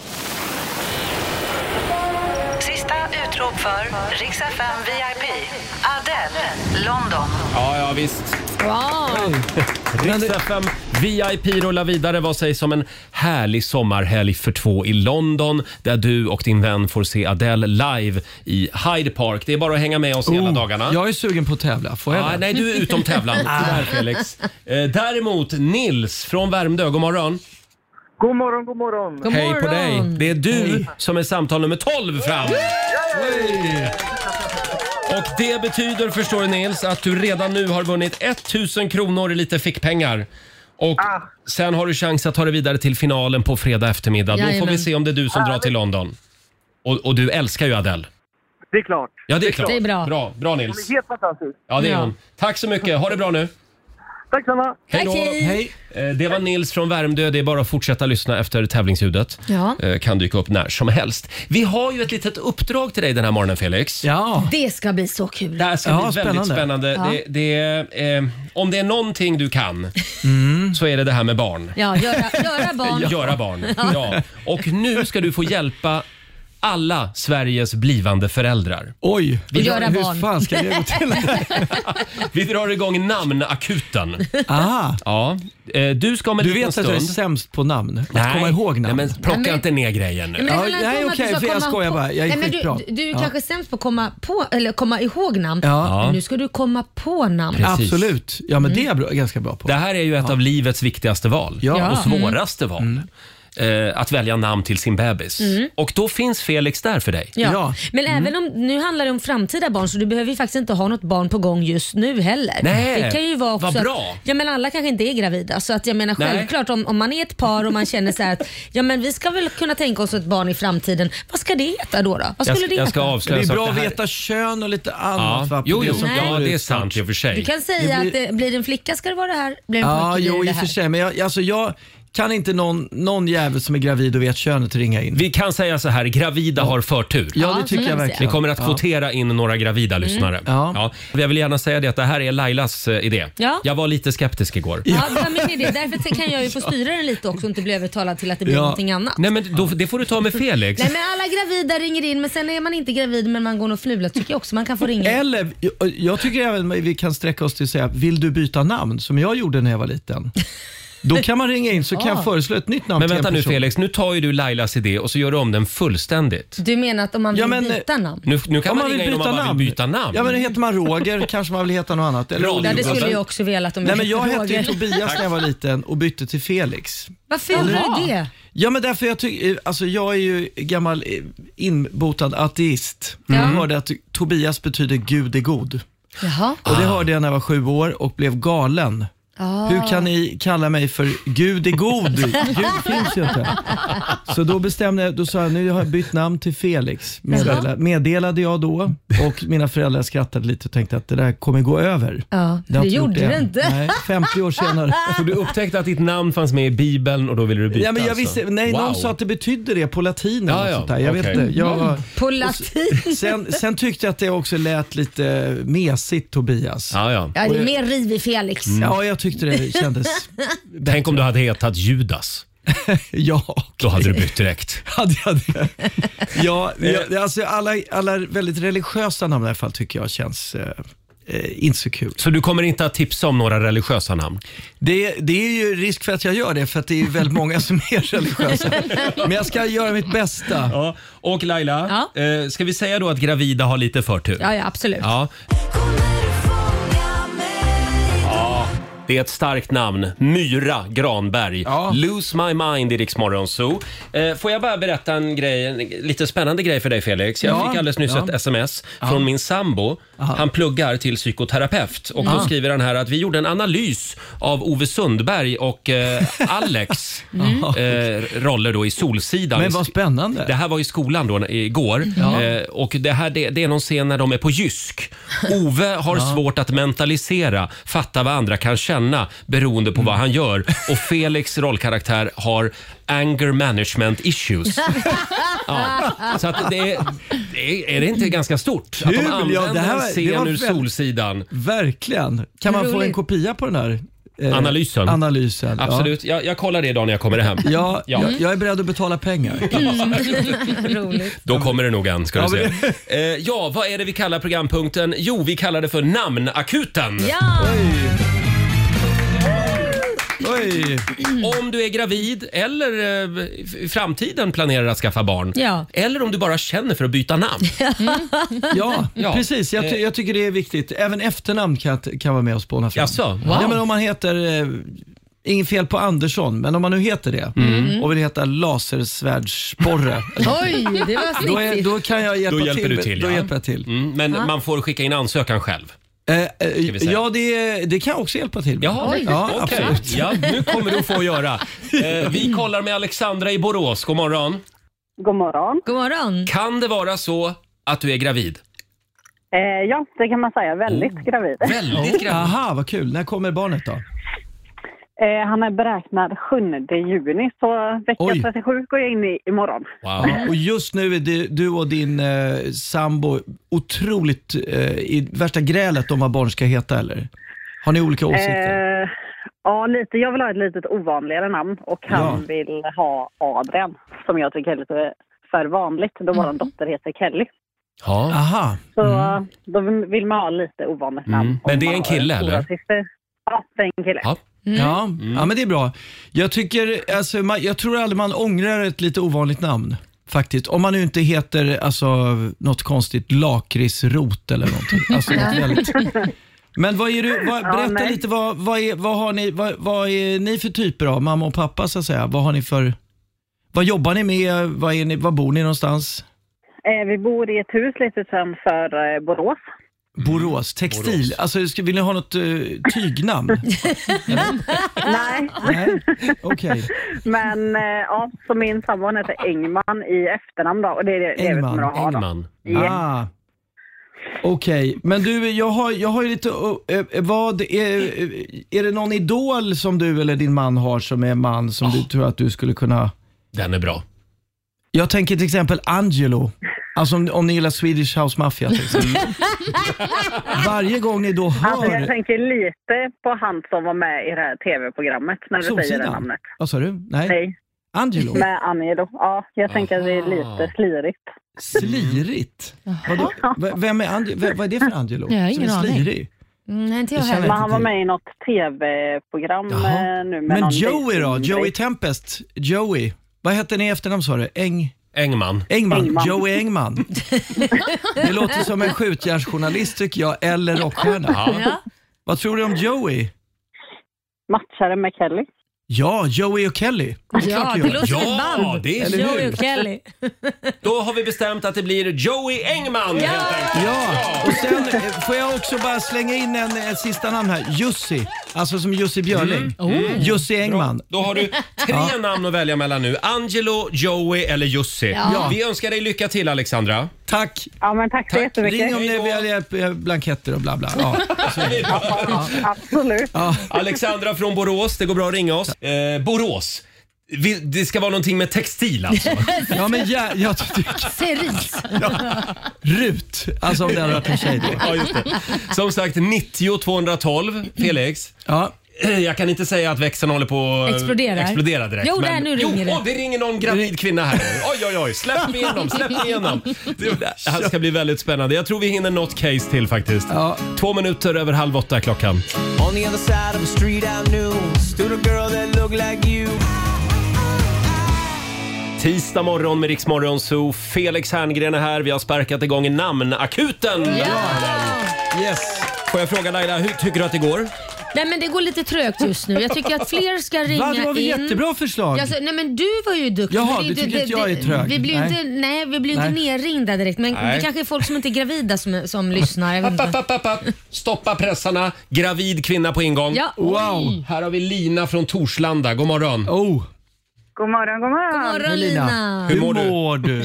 Sista utrop för Rix F M V I P. Adele, London. Ja, ja visst. Wow. Rix F M V I P rullar vidare. Vad sägs om en härlig sommarhelg för två i London där du och din vän får se Adele live i Hyde Park. Det är bara att hänga med oss hela Oh, dagarna. jag är sugen på att tävla. Får jag Ja, det? nej, du är utom tävlan. Tyvärr Felix. Eh, däremot Nils från Värmdö, god morgon. God morgon, god morgon. God Hej på morgon. dig. Det är du som är samtal nummer tolv fram. Och det betyder, förstår du Nils, att du redan nu har vunnit tusen kronor i lite fickpengar. Och Ah. sen har du chans att ta dig vidare till finalen på fredag eftermiddag. Då får vi Jajamän. se om det är du som drar till London. Och, och du älskar ju Adele. Det är klart. Ja, det är klart. Det är bra. Bra, bra Hon Nils. är helt fantastisk. Ja, det är Ja. hon. Tack så mycket. Ha det bra nu. Tack Sanna. Hej då. Tack, hej. Hej. Eh, Det var Nils från Värmdö. Det är bara att fortsätta lyssna efter tävlingsljudet. Ja. Eh, Kan dyka upp när som helst. Vi har ju ett litet uppdrag till dig den här morgonen, Felix. Ja. Det ska bli så kul. Det här ska Ja, bli väldigt spännande. spännande. Ja. Det, det, är, eh, om det är någonting du kan så är det det här med barn. Ja, göra, göra barn. Göra barn. Ja. Och nu ska du få hjälpa alla Sveriges blivande föräldrar. Oj, Och göra hur barn. fan ska det gå till? Vi drar igång namnakuten. Aha. Ja. Eh, Du ska om en Du liten vet att stund... jag är sämst på namn. Att komma ihåg namn. Nej, men plocka Nej, men- inte ner grejen nu. Men det Ja, handlar inte nej, om att okej, du ska för jag komma skojar på- bara. Jag är Nej, men skitbra. Du, du är Ja. kanske sämst på att komma, på, eller komma ihåg namn. Ja. Men nu ska du komma på namn. Precis. Absolut. Ja, men det är jag bra, ganska bra på. Det här är ju ett av livets viktigaste val. Ja. Mm. Och svåraste val. Eh, att välja namn till sin bebis. Och då finns Felix där för dig. Ja. Ja. Men även om, nu handlar det om framtida barn så du behöver ju faktiskt inte ha något barn på gång just nu heller. Nej, det kan ju vara också vad att- bra. Ja, men alla kanske inte är gravida så att jag menar Nej. självklart om, om man är ett par och man känner så här att ja, men vi ska väl kunna tänka oss ett barn i framtiden. Vad ska det heta då? då? Vad Jag, skulle det jag heta? ska Det avslöja är en sak. bra att Det här- veta kön och lite annat. Ja, va? jo, jo, som Nej. ja, kommer det är ut sant snart. i och för sig. Du kan säga Det blir- att det blir det en flicka ska det vara det här, blir det en Ja, pojke blir jo, det i här. och för sig. Men jag, alltså jag Kan inte någon, någon jävel som är gravid och vet könet ringa in? Vi kan säga så här, gravida ja. har förtur. Ja, det tycker jag verkligen. Vi kommer att kvotera in några gravida mm. lyssnare. Ja. Ja. Jag vill gärna säga det att det här är Lailas uh, idé. Ja. Jag var lite skeptisk igår. Ja, ja men det är det. Därför kan jag ju få styra den lite också och inte bli övertalad till att det blir ja. någonting annat. Nej, men då, det får du ta med Felix. Nej, men alla gravida ringer in, men sen är man inte gravid men man går och fnular, tycker jag också man kan få ringa. Eller, jag, jag tycker även vi kan sträcka oss till att säga, vill du byta namn som jag gjorde när jag var liten? Då kan man ringa in så kan ah. jag föreslå ett nytt namn. Men vänta nu Felix, nu tar ju du Lailas idé och så gör du om den fullständigt. Du menar att om man vill ja, men, byta namn? Nu, nu kan om man, man ringa in om man namn. vill byta namn. Ja, men heter man Roger kanske man vill heta något annat. Eller ja, det skulle jag också vilja att om Nej, men jag Roger. hette ju Tobias när jag var liten och bytte till Felix. Varför gör du det? Ja, men därför jag tycker, alltså jag är ju gammal inbotad ateist. Mm. Jag hörde att Tobias betyder Gud är god. Jaha. Och det hörde jag när jag var sju år och blev galen. Ah. Hur kan ni kalla mig för Gud är god? Gud finns ju inte. Så då bestämde jag, då sa jag, nu har jag bytt namn till Felix. Meddelade, meddelade jag då. Och mina föräldrar skrattade lite och tänkte att det där kommer gå över. Ja, det, det gjorde det inte. Nej, femtio år senare. Så du upptäckte att ditt namn fanns med i Bibeln och då ville du byta? Ja, men jag alltså. visste, nej, wow. Någon sa att det betydde det på latin. Ja, ja. Sånt där. Jag okay. vet inte. Jag var, på latin? Sen, sen tyckte jag att det också lät lite mesigt, Tobias. Ja, ja. Ja, det är mer rivig Felix. Mm. Ja, jag tyckte det kändes bättre. Tänk om du hade hetat Judas. Ja, okay. Då hade du bytt direkt. Hade jag det? Ja, jag, alltså alla, alla väldigt religiösa namn i alla fall tycker jag känns eh, inte så kul. Så du kommer inte att tipsa om några religiösa namn? Det, det är ju risk för att jag gör det, för att det är väldigt många som är religiösa. Men jag ska göra mitt bästa. Ja. Och Laila, ja. eh, ska vi säga då att gravida har lite förtur? Ja, ja absolut. Ja. Det är ett starkt namn. Myra Granberg. Ja. Lose My Mind i Rix Morgon Zoo. Eh, får jag bara berätta en grej, en lite spännande grej för dig Felix. Jag ja. fick alldeles nyss ja. ett sms ja. från min sambo. Aha. Han pluggar till psykoterapeut. Och då skriver han här att vi gjorde en analys av Ove Sundberg och eh, Alex mm. eh, roller då i Solsidan. Men vad spännande. Det här var i skolan då igår. Ja. Eh, och det här det, det är någon scen när de är på Jysk. Ove har ja. svårt att mentalisera, fatta vad andra kan känna beroende på mm. vad han gör. Och Felix rollkaraktär har anger management issues. Ja. Så att det är, det är, är det inte ganska stort? Kul, att de använder ja, det här, en scen ur Solsidan. Verkligen. Kan man få en kopia på den här? Eh, analysen. Analysen. Absolut. Ja. Jag, jag kollar det idag när jag kommer hem. Ja, ja. Jag, jag är beredd att betala pengar. Mm. Roligt. Då kommer det nog en, ska du se. Eh, ja, vad är det vi kallar programpunkten? Jo, vi kallar det för namnakuten. Ja! Oj. Oj. Om du är gravid eller eh, i framtiden planerar att skaffa barn. Ja. Eller om du bara känner för att byta namn. Mm. Ja, ja, precis. Jag, ty- jag tycker det är viktigt. Även efternamn kan, kan vara med och spåna fram. Jaså? Wow. Ja, men om man heter... Eh, ingen fel på Andersson, men om man nu heter det mm. och vill heta Lasersvärdssporre. Oj, det var då, är, då kan jag hjälpa då hjälper till. Du till då ja. hjälper jag till. Mm, men ah. man får skicka in ansökan själv. Eh, eh, ja, det, det kan jag också hjälpa till. Jaha, ja, okay. absolut. Ja, nu kommer du få göra. Eh, vi kollar med Alexandra i Borås. God morgon. God morgon. God morgon. Kan det vara så att du är gravid? Eh, ja, det kan man säga. Väldigt oh. gravid. Väldigt gravid. Aha, vad kul. När kommer barnet då? Eh, han är beräknad sjunde juni, så vecka Oj. trettiosju går jag in i imorgon. Wow. Och just nu är det, du och din eh, sambo otroligt eh, i värsta grälet om vad barn ska heta, eller? Har ni olika åsikter? Eh, ja, lite. Jag vill ha ett litet ovanligare namn och han ja. vill ha Adrian, som jag tycker är lite för vanligt då mm. vår dotter heter Kelly. Ja. Aha. Så mm. då vill man ha lite ovanligt namn. Mm. Men det är en kille, eller? Ja, det är en kille. Ja. Mm. Ja, mm. ja, men det är bra. Jag tycker, alltså, man, jag tror aldrig man ångrar ett lite ovanligt namn. Faktiskt. Om man nu inte heter alltså, något konstigt lakritsrot eller någonting. Alltså, något väldigt... Men vad är du, vad, berätta ja, lite, vad, vad, är, vad, har ni, vad, vad är ni för typer av mamma och pappa så att säga? Vad har ni för, vad jobbar ni med? Vad, är ni, vad bor ni någonstans? Eh, vi bor i ett hus lite utanför eh, Borås. Borås, textil. Borås. Alltså, vill ni ha något uh, tygnamn? Nej. Nej. Okej. Okay. Men uh, ja, så min sambo heter Engman i efternamn då. Och det är det vi kommer att ha då. Engman. Yeah. Ah. Okej, okay. Men du, jag har, jag har ju lite, äh, vad är, är det någon idol som du eller din man har som är man som oh. du tror att du skulle kunna... Den är bra. Jag tänker till exempel Angelo. Alltså om, om ni gillar Swedish House Mafia till exempel. Varje gång ni då hör... Alltså jag tänker lite på han som var med i det här tv-programmet när du Solsidan. säger det namnet. Vad sa du? Nej. Nej. Angelo? Med Angelo. Ja, jag tänker att det är lite slirigt. Slirigt? Vadå? V- vem är Angelo? V- vad är det för Angelo? Jag har ingen aning. Nej, inte jag heller. Men han var med i något tv-program Jaha. nu. Med Men Joey då? Joey Tempest? Joey? Vad heter ni i efternamn sa du? Eng... Engman. Engman. Engman. Joey Engman. Det låter som en skjutjärnsjournalist tycker jag, eller rockstjärna. Ja. Vad tror du om Joey? Matchare med Kelly. Ja, Joey och Kelly. Ja, det, det låter som ett Ja, band. det är Joey och Kelly. Då har vi bestämt att det blir Joey Engman Ja! helt enkelt. Ja, och sen eh, får jag också bara slänga in en, en sista namn här. Jussi, alltså som Jussi Björling. Mm. Mm. Jussi Engman. Då har du tre Ja. namn att välja mellan nu. Angelo, Joey eller Jussi. Ja. Vi önskar dig lycka till, Alexandra. Tack. Ja, men tack så jättemycket. Ring om ni vill ha hjälp med blanketter och bla bla. Ja. Ja, absolut. Ja. Alexandra från Borås, det går bra att ringa oss. Eh, Borås. Vi, det ska vara någonting med textil alltså. Ja, men ja, jag tycker... Cerise. Rut, alltså om det hade varit en tjej då. Ja, just det. Som sagt, nittio tvåhundratolv, Felix. Ja. Jag kan inte säga att växeln håller på att Exploderar. explodera direkt. Jo, där, nu jo, ringer det. åh, det ringer någon gravid kvinna här. Oj, oj, oj. Släpp igenom, släpp igenom. Det här ska bli väldigt spännande. Jag tror vi hinner något case till faktiskt. Ja. Två minuter över halv åtta klockan. On the other side of the street I knew stood a girl that looked like you. Tisdag morgon med Rix Morgon Zoo. Felix Herngren är här. Vi har sparkat igång i namnakuten. Ja. Yes. Får jag fråga Laila, hur tycker du att det går? Nej, men det går lite trögt just nu. Jag tycker att fler ska ringa Va, det var väl in. jättebra förslag. Alltså, nej, men du var ju duktig. Jaha, Det- du det- tycker det- att jag är det- trög. Vi blir ju Nej. inte, nej, vi blir ju Nej. inte nerringda direkt. Men Nej. det kanske är folk som inte är gravida som, som lyssnar. Jag vet App, inte. app, app, app. Stoppa pressarna. Gravid kvinna på ingång. Ja. Wow. Här har vi Lina från Torslanda. God morgon. Oh. God morgon, god morgon. God morgon, Lina. Lina. Hur mår du? mår du?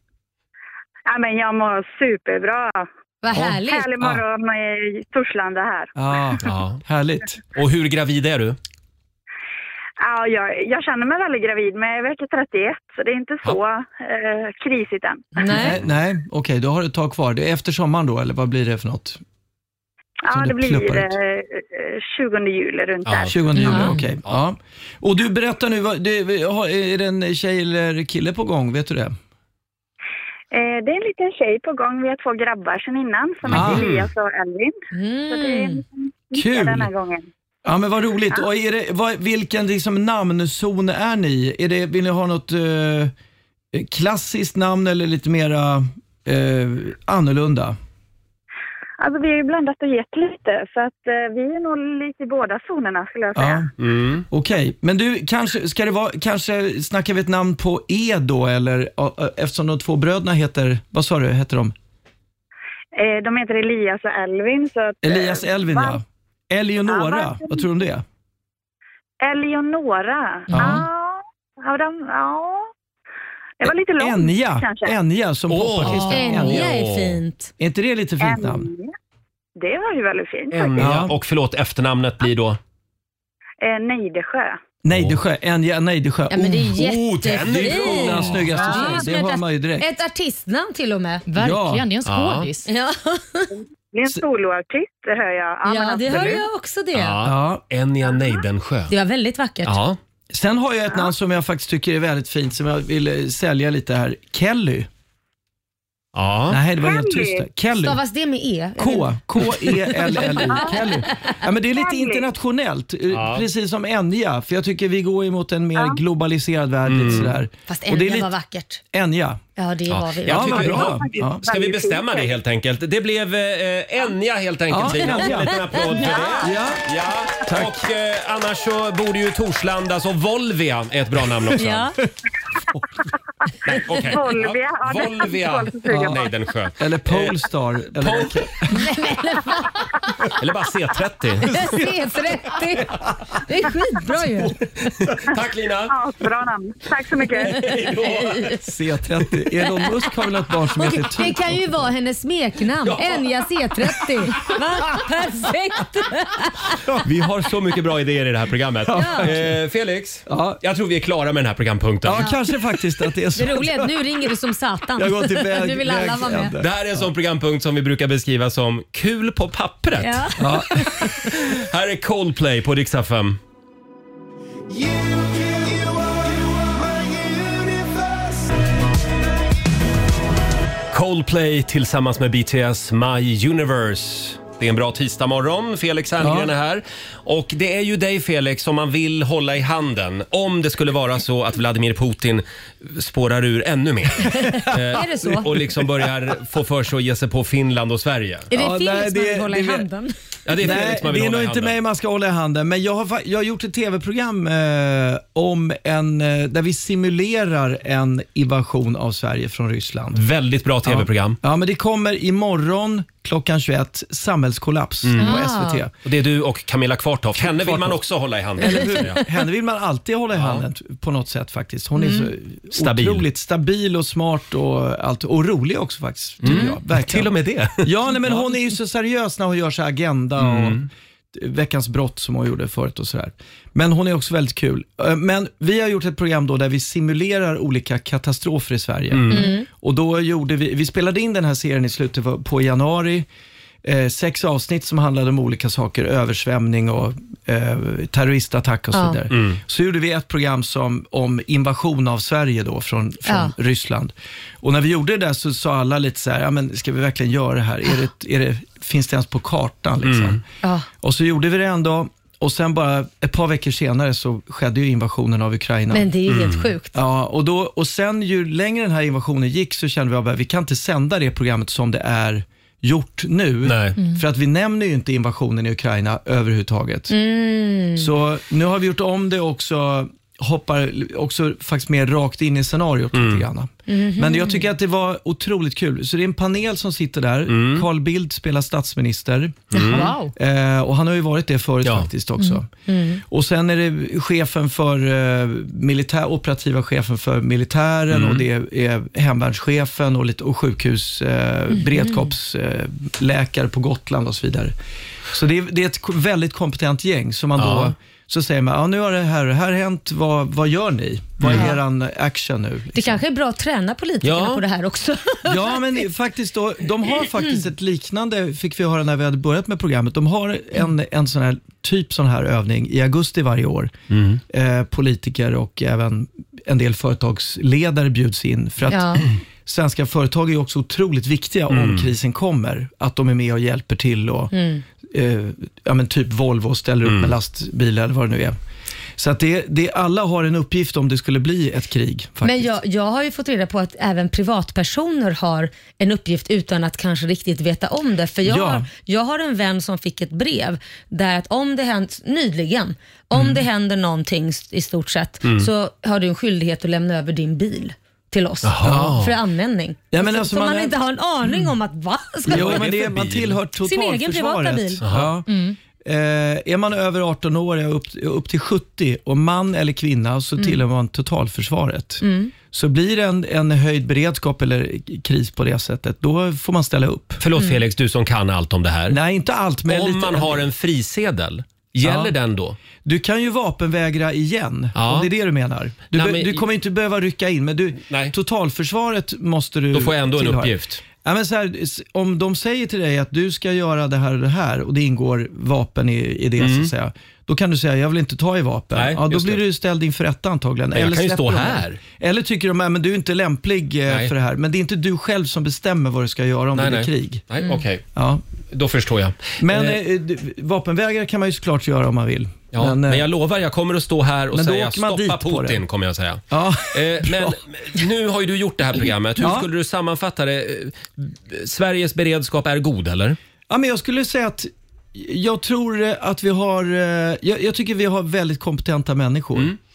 Ja, men jag mår superbra. Vad härligt. Härlig morgon i Torslanda här. Ja, Ja. härligt. Och hur gravid är du? Ja, jag, jag känner mig väldigt gravid, men jag är vecka trettioett, så det är inte så eh, krisigt än. Nej, Nej. nej okej, då har du ett tag kvar. Det är efter sommaren då, eller vad blir det för något? Ja, Som det du blir pluppar ut. eh, tjugonde juli runt Ja. där. tjugonde juli, Ja. okej. Ja. Och du berättar nu, vad- det, har- är det en tjej eller kille på gång? Vet du det? Eh, det är en liten tjej på gång. Vi har två grabbar sedan innan som Ah. heter Elias och Elvin. Så det är en Mm. liten Kul. flicka den här gången. Ja, men vad roligt. Och är det, vad, vilken liksom namnzon är ni i? Är det, vill ni ha något eh, klassiskt namn eller lite mera eh, annorlunda? Alltså vi har ju blandat och gett lite, så att eh, vi är nog lite i båda zonerna skulle jag säga. Ja. Mm. Okej, men du, kanske, ska det vara, kanske snackar vi ett namn på E då, eller ja, eftersom de två bröderna heter, vad sa du, heter de? Eh, de heter Elias och Elvin. Så att, eh, Elias Elvin, ja. Eleonora, Ja, vad tror du om det? Eleonora. Ja. Ja. Ja, de, ja. Det var lite långt Enja, kanske. Enja som Åh. popartist. Enja är fint. Är inte det lite fint namn? Enja. Det var ju väldigt fint Enja. faktiskt. Och förlåt, efternamnet blir då? Eh, Nejdesjö. Nejdesjö, Enja Nejdesjö. Ja, men det är Oh, den är jättefint. bra. Den snyggaste Ja, tjej, som det ett har man ju direkt. Ett artistnamn till och med. Verkligen, det är en Ja. skådis. Ja, Det är en soloartist, det hör jag. Ja, men ja det hör absolut. jag också det. Ja. Enja Neidensjö. Det var väldigt vackert. Ja. Sen har jag ett namn som jag faktiskt tycker är väldigt fint, som jag vill eh, sälja lite här. Kelly. Ja. Nej, det var helt Kelly. tyst där. Kelly. Stavas det med E? K. K E L L Y. Kelly. Ja, men det är lite Kelly. internationellt, eh, Ja. precis som Enja. För jag tycker vi går emot en mer globaliserad värld. Lite sådär. Fast Och det är Enja lite var vackert. Enja. Ja, det var vi. Jag Ja, tycker- vad bra. Ja. Ja. Ska vi bestämma det helt enkelt? Det blev eh, Enja helt enkelt, Ja, Lina. Enja. En liten applåd för det. Ja. Ja. Tack. Och eh, annars så bor du ju i Torslanda, så Volvia är ett bra namn också. Ja. Nej, okej. Volvia. Ja, det är Volvia. så sugen Ja, på. nej, den är skön. Eller Polestar. Eller Pol- Eller bara C trettio. C trettio. Det är skitbra ju. Tack Lina. Ja, bra namn. Tack så mycket. C trettio. Elon Musk har väl ett barn som heter Och det kan ju vara hennes smeknamn. Enya C trettio. Va? Perfekt. Vi har så mycket bra idéer i det här programmet. Ja. Eh, Felix, Ja. jag tror vi är klara med den här programpunkten. Ja, kanske faktiskt att det är så. Det roliga är att nu ringer du som satan. Jag går till väg, Nu vill alla vara med. vägsände. Det här är en sån programpunkt som vi brukar beskriva som kul på pappret. Ja. Ja. Här är Coldplay på Rix F M. Coldplay tillsammans med B T S, My Universe. Det är en bra tisdag morgon. Felix Herngren är här. Och det är ju dig Felix som man vill hålla i handen om det skulle vara så att Vladimir Putin spårar ur ännu mer. Är det så? Och liksom börjar få för sig att ge sig på Finland och Sverige. Är det Ja, Felix nej, man det- vill hålla i det- handen? Ja, det är Nej, Felix man det vill är hålla nog i inte handen. mig man ska hålla i handen. Men jag har, fa- jag har gjort ett tv-program eh, om en, eh, där vi simulerar en invasion av Sverige från Ryssland. Väldigt bra tv-program. Ja, men det kommer imorgon klockan tjugoett, Samhällskollaps Mm. på Ah. S V T. Och det är du och Camilla Kvartoft. Henne vill man Kvartoft. också hålla i handen. Eller hur? säger jag. Henne vill man alltid hålla i handen på något sätt faktiskt. Hon är så Stabil. otroligt stabil och smart och allt. Och rolig också faktiskt, tycker jag. Verkligen. Till och med det. Ja, nej, men hon är ju så seriös när hon gör så här Agenda och Veckans brott som hon gjorde förut och sådär. Men hon är också väldigt kul. Eh, Men vi har gjort ett program då där vi simulerar olika katastrofer i Sverige. Och då gjorde vi, vi spelade in den här serien i slutet på- på januari. Eh, sex avsnitt som handlade om olika saker, översvämning och eh, terroristattack och så Ja. vidare. Så gjorde vi ett program som, om invasion av Sverige då från, från Ja. Ryssland. Och när vi gjorde det där så sa alla lite så här, ja men ska vi verkligen göra det här? Är det, är det, finns det ens på kartan liksom? Ja. Och så gjorde vi det ändå. Och sen bara ett par veckor senare så skedde ju invasionen av Ukraina. Men det är ju helt sjukt. Ja, och, då, och sen ju längre den här invasionen gick så kände vi att vi kan inte sända det programmet som det är gjort nu. Nej. För att vi nämner ju inte invasionen i Ukraina överhuvudtaget. Mm. Så nu har vi gjort om det också, hoppar också faktiskt mer rakt in i scenariot lite grann. Men jag tycker att det var otroligt kul. Så det är en panel som sitter där. Carl Bildt spelar statsminister. Wow. Eh, och han har ju varit det förut Ja. faktiskt också. Och sen är det chefen för eh, militär, operativa chefen för militären och det är hemvärnschefen och lite och sjukhus, eh, beredskapsläkare på Gotland och så vidare. Så det är, det är ett ko- väldigt kompetent gäng som man Ja. då så säger man, ja nu har det här, här hänt, vad, vad gör ni? Vad är eran action nu? Det kanske är bra att träna politikerna Ja. på det här också. Ja, men faktiskt då, de har faktiskt ett liknande, fick vi höra när vi hade börjat med programmet. De har en, en sån här typ sån här övning i augusti varje år. Eh, politiker och även en del företagsledare bjuds in för att Ja. svenska företag är ju också otroligt viktiga om krisen kommer. Att de är med och hjälper till och eh, ja, men typ Volvo ställer upp med lastbilar eller vad det nu är. Så att det, det, alla har en uppgift om det skulle bli ett krig. Faktiskt. Men jag, jag har ju fått reda på att även privatpersoner har en uppgift utan att kanske riktigt veta om det. För jag, Ja. har, jag har en vän som fick ett brev där att om det hänt nyligen, om Mm. det händer någonting i stort sett så har du en skyldighet att lämna över din bil till oss Jaha. för användning. Ja, men så, alltså så man, man är- inte har en aning om att va? Ska Jo, man- men det är, man bil? tillhör Sin egen privata totalförsvaret. bil. Ja. Eh, är man över arton år, ja, upp, upp till sjuttio och man eller kvinna så tillhör man totalförsvaret. Så blir det en, en höjd beredskap eller kris på det sättet, då får man ställa upp. Förlåt Felix, du som kan allt om det här. Nej, inte allt, men Om lite, man har en frisedel, gäller Ja. den då? Du kan ju vapenvägra igen, Ja. om det är det du menar. Du, Nej, be, men- du kommer inte behöva rycka in, men du, Nej. totalförsvaret måste du Då får jag ändå en tillhöra. uppgift. Ja, men så här, s- om de säger till dig att du ska göra det här och det här och det ingår vapen i, i det så att säga, då kan du säga jag vill inte ta i vapen. Nej, ja, då just blir det. du ställd inför rätta antagligen. Men jag kan ju släpper stå de dig. här. Eller tycker de att du är inte lämplig eh, Nej. för det här. Men det är inte du själv som bestämmer vad du ska göra om Nej, det blir nej. krig. Nej, okej. Ja. Då förstår jag. Men Eh, eh, d- vapenvägare kan man ju såklart göra om man vill. Ja, men, eh, jag lovar, jag kommer att stå här och men då säga åker man stoppa dit på Putin, det. kommer jag säga. ja. Eh, men nu har ju du gjort det här programmet. Hur Ja. skulle du sammanfatta det? Eh, Sveriges beredskap är god, eller? Ja, men jag skulle säga att jag tror eh, att vi har, eh, jag, jag tycker vi har väldigt kompetenta människor.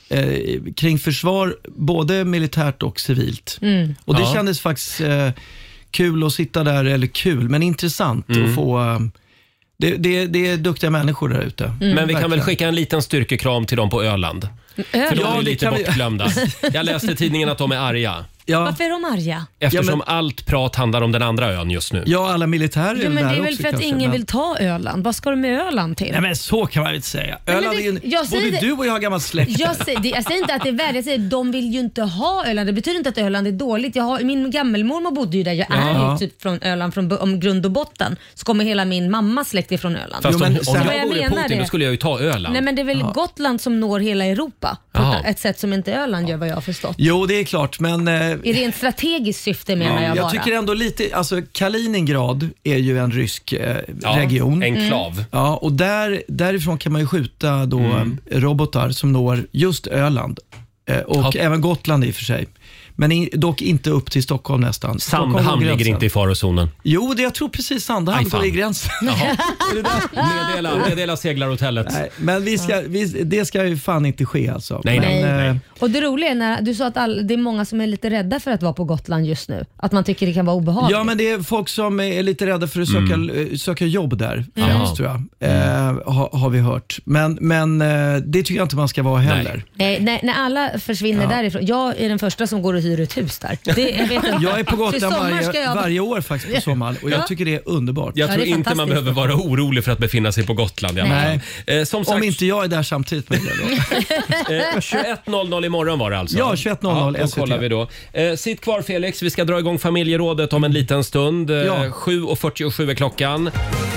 eh, kring försvar, både militärt och civilt. Mm. Och det Ja. kändes faktiskt eh, kul att sitta där, eller kul, men intressant Mm. att få... Eh, det, det, det är duktiga människor där ute. Men vi kan Verkligen. väl skicka en liten styrkekram till dem på Öland. För de Öland? är ju det lite kan vi- bortglömda. Jag läste i tidningen att de är arga. Ja, Varför är de arga? Eftersom Ja, men- allt prat handlar om den andra ön just nu. ja, alla militärer Ja, är men det där är väl också för att kanske, ingen men- vill ta Öland. Vad ska de med Öland till? Nej men så kan man väl inte säga. men Öland det- är ju, jag säger både det- du och jag har gammalt släkt. Jag säger, det, jag säger inte att det är värre, jag säger de vill ju inte ha Öland. Det betyder inte att Öland är dåligt. Jag har, min gammelmormor bodde ju där. Jag är Ja. ju typ från Öland, från bo- om grund och botten. Så kommer hela min mammas släkt ifrån Öland. Fast Jo, men om, så om här- jag Jag vore menar Putin det. då skulle jag ju ta Öland. Nej men det är väl Gotland som når hela Europa på Jaha. ett, ett sätt som inte Öland gör vad jag har förstått. Jo, det är klart, men... Eh, I rent strategiskt syfte menar jag jag bara. tycker ändå lite, alltså Kaliningrad är ju en rysk eh, Ja, region. enklav. Mm. Ja, och där, därifrån kan man ju skjuta då Mm. eh, robotar som når just Öland. Eh, och Ja. även Gotland i och för sig. Men i, dock inte upp till Stockholm nästan. Stockholm går Sandhamn ligger gränsen. inte i farozonen. Jo, det jag tror precis Sandhamn Aj, fan. går i gränsen. Meddela, meddela seglarhotellet. Nej, men vi ska, vi, det ska ju fan inte ske alltså. Nej, nej, men, nej. eh, Och det roliga är när du sa att all, det är många som är lite rädda för att vara på Gotland just nu. Att man tycker det kan vara obehagligt. Ja, men det är folk som är lite rädda för att söka, eh, söka jobb där Ja. främst, tror jag. Eh, ha, har vi hört. Men, men eh, det tycker jag inte man ska vara heller. Nej, när, när alla försvinner Ja. därifrån. Jag är den första som går och hyr ett hus där. Det, jag, vet inte. Jag är på Så i Gotland sommar ska varje, jag- varje år faktiskt på sommaren och jag Ja. tycker det är underbart. Jag Ja, tror det är inte man fantastiskt. behöver vara orolig för att befinna sig på Gotland i alla fall. Nej. Eh, som sagt, Om inte jag är där samtidigt med det då. eh, tjugoett noll noll imorgon var det alltså. Ja, tjugoett noll noll Ja, då S V T. kollar vi då. Eh, sitt kvar Felix, vi ska dra igång familjerådet om en liten stund. Eh, Ja. sju och fyrtiosju är klockan.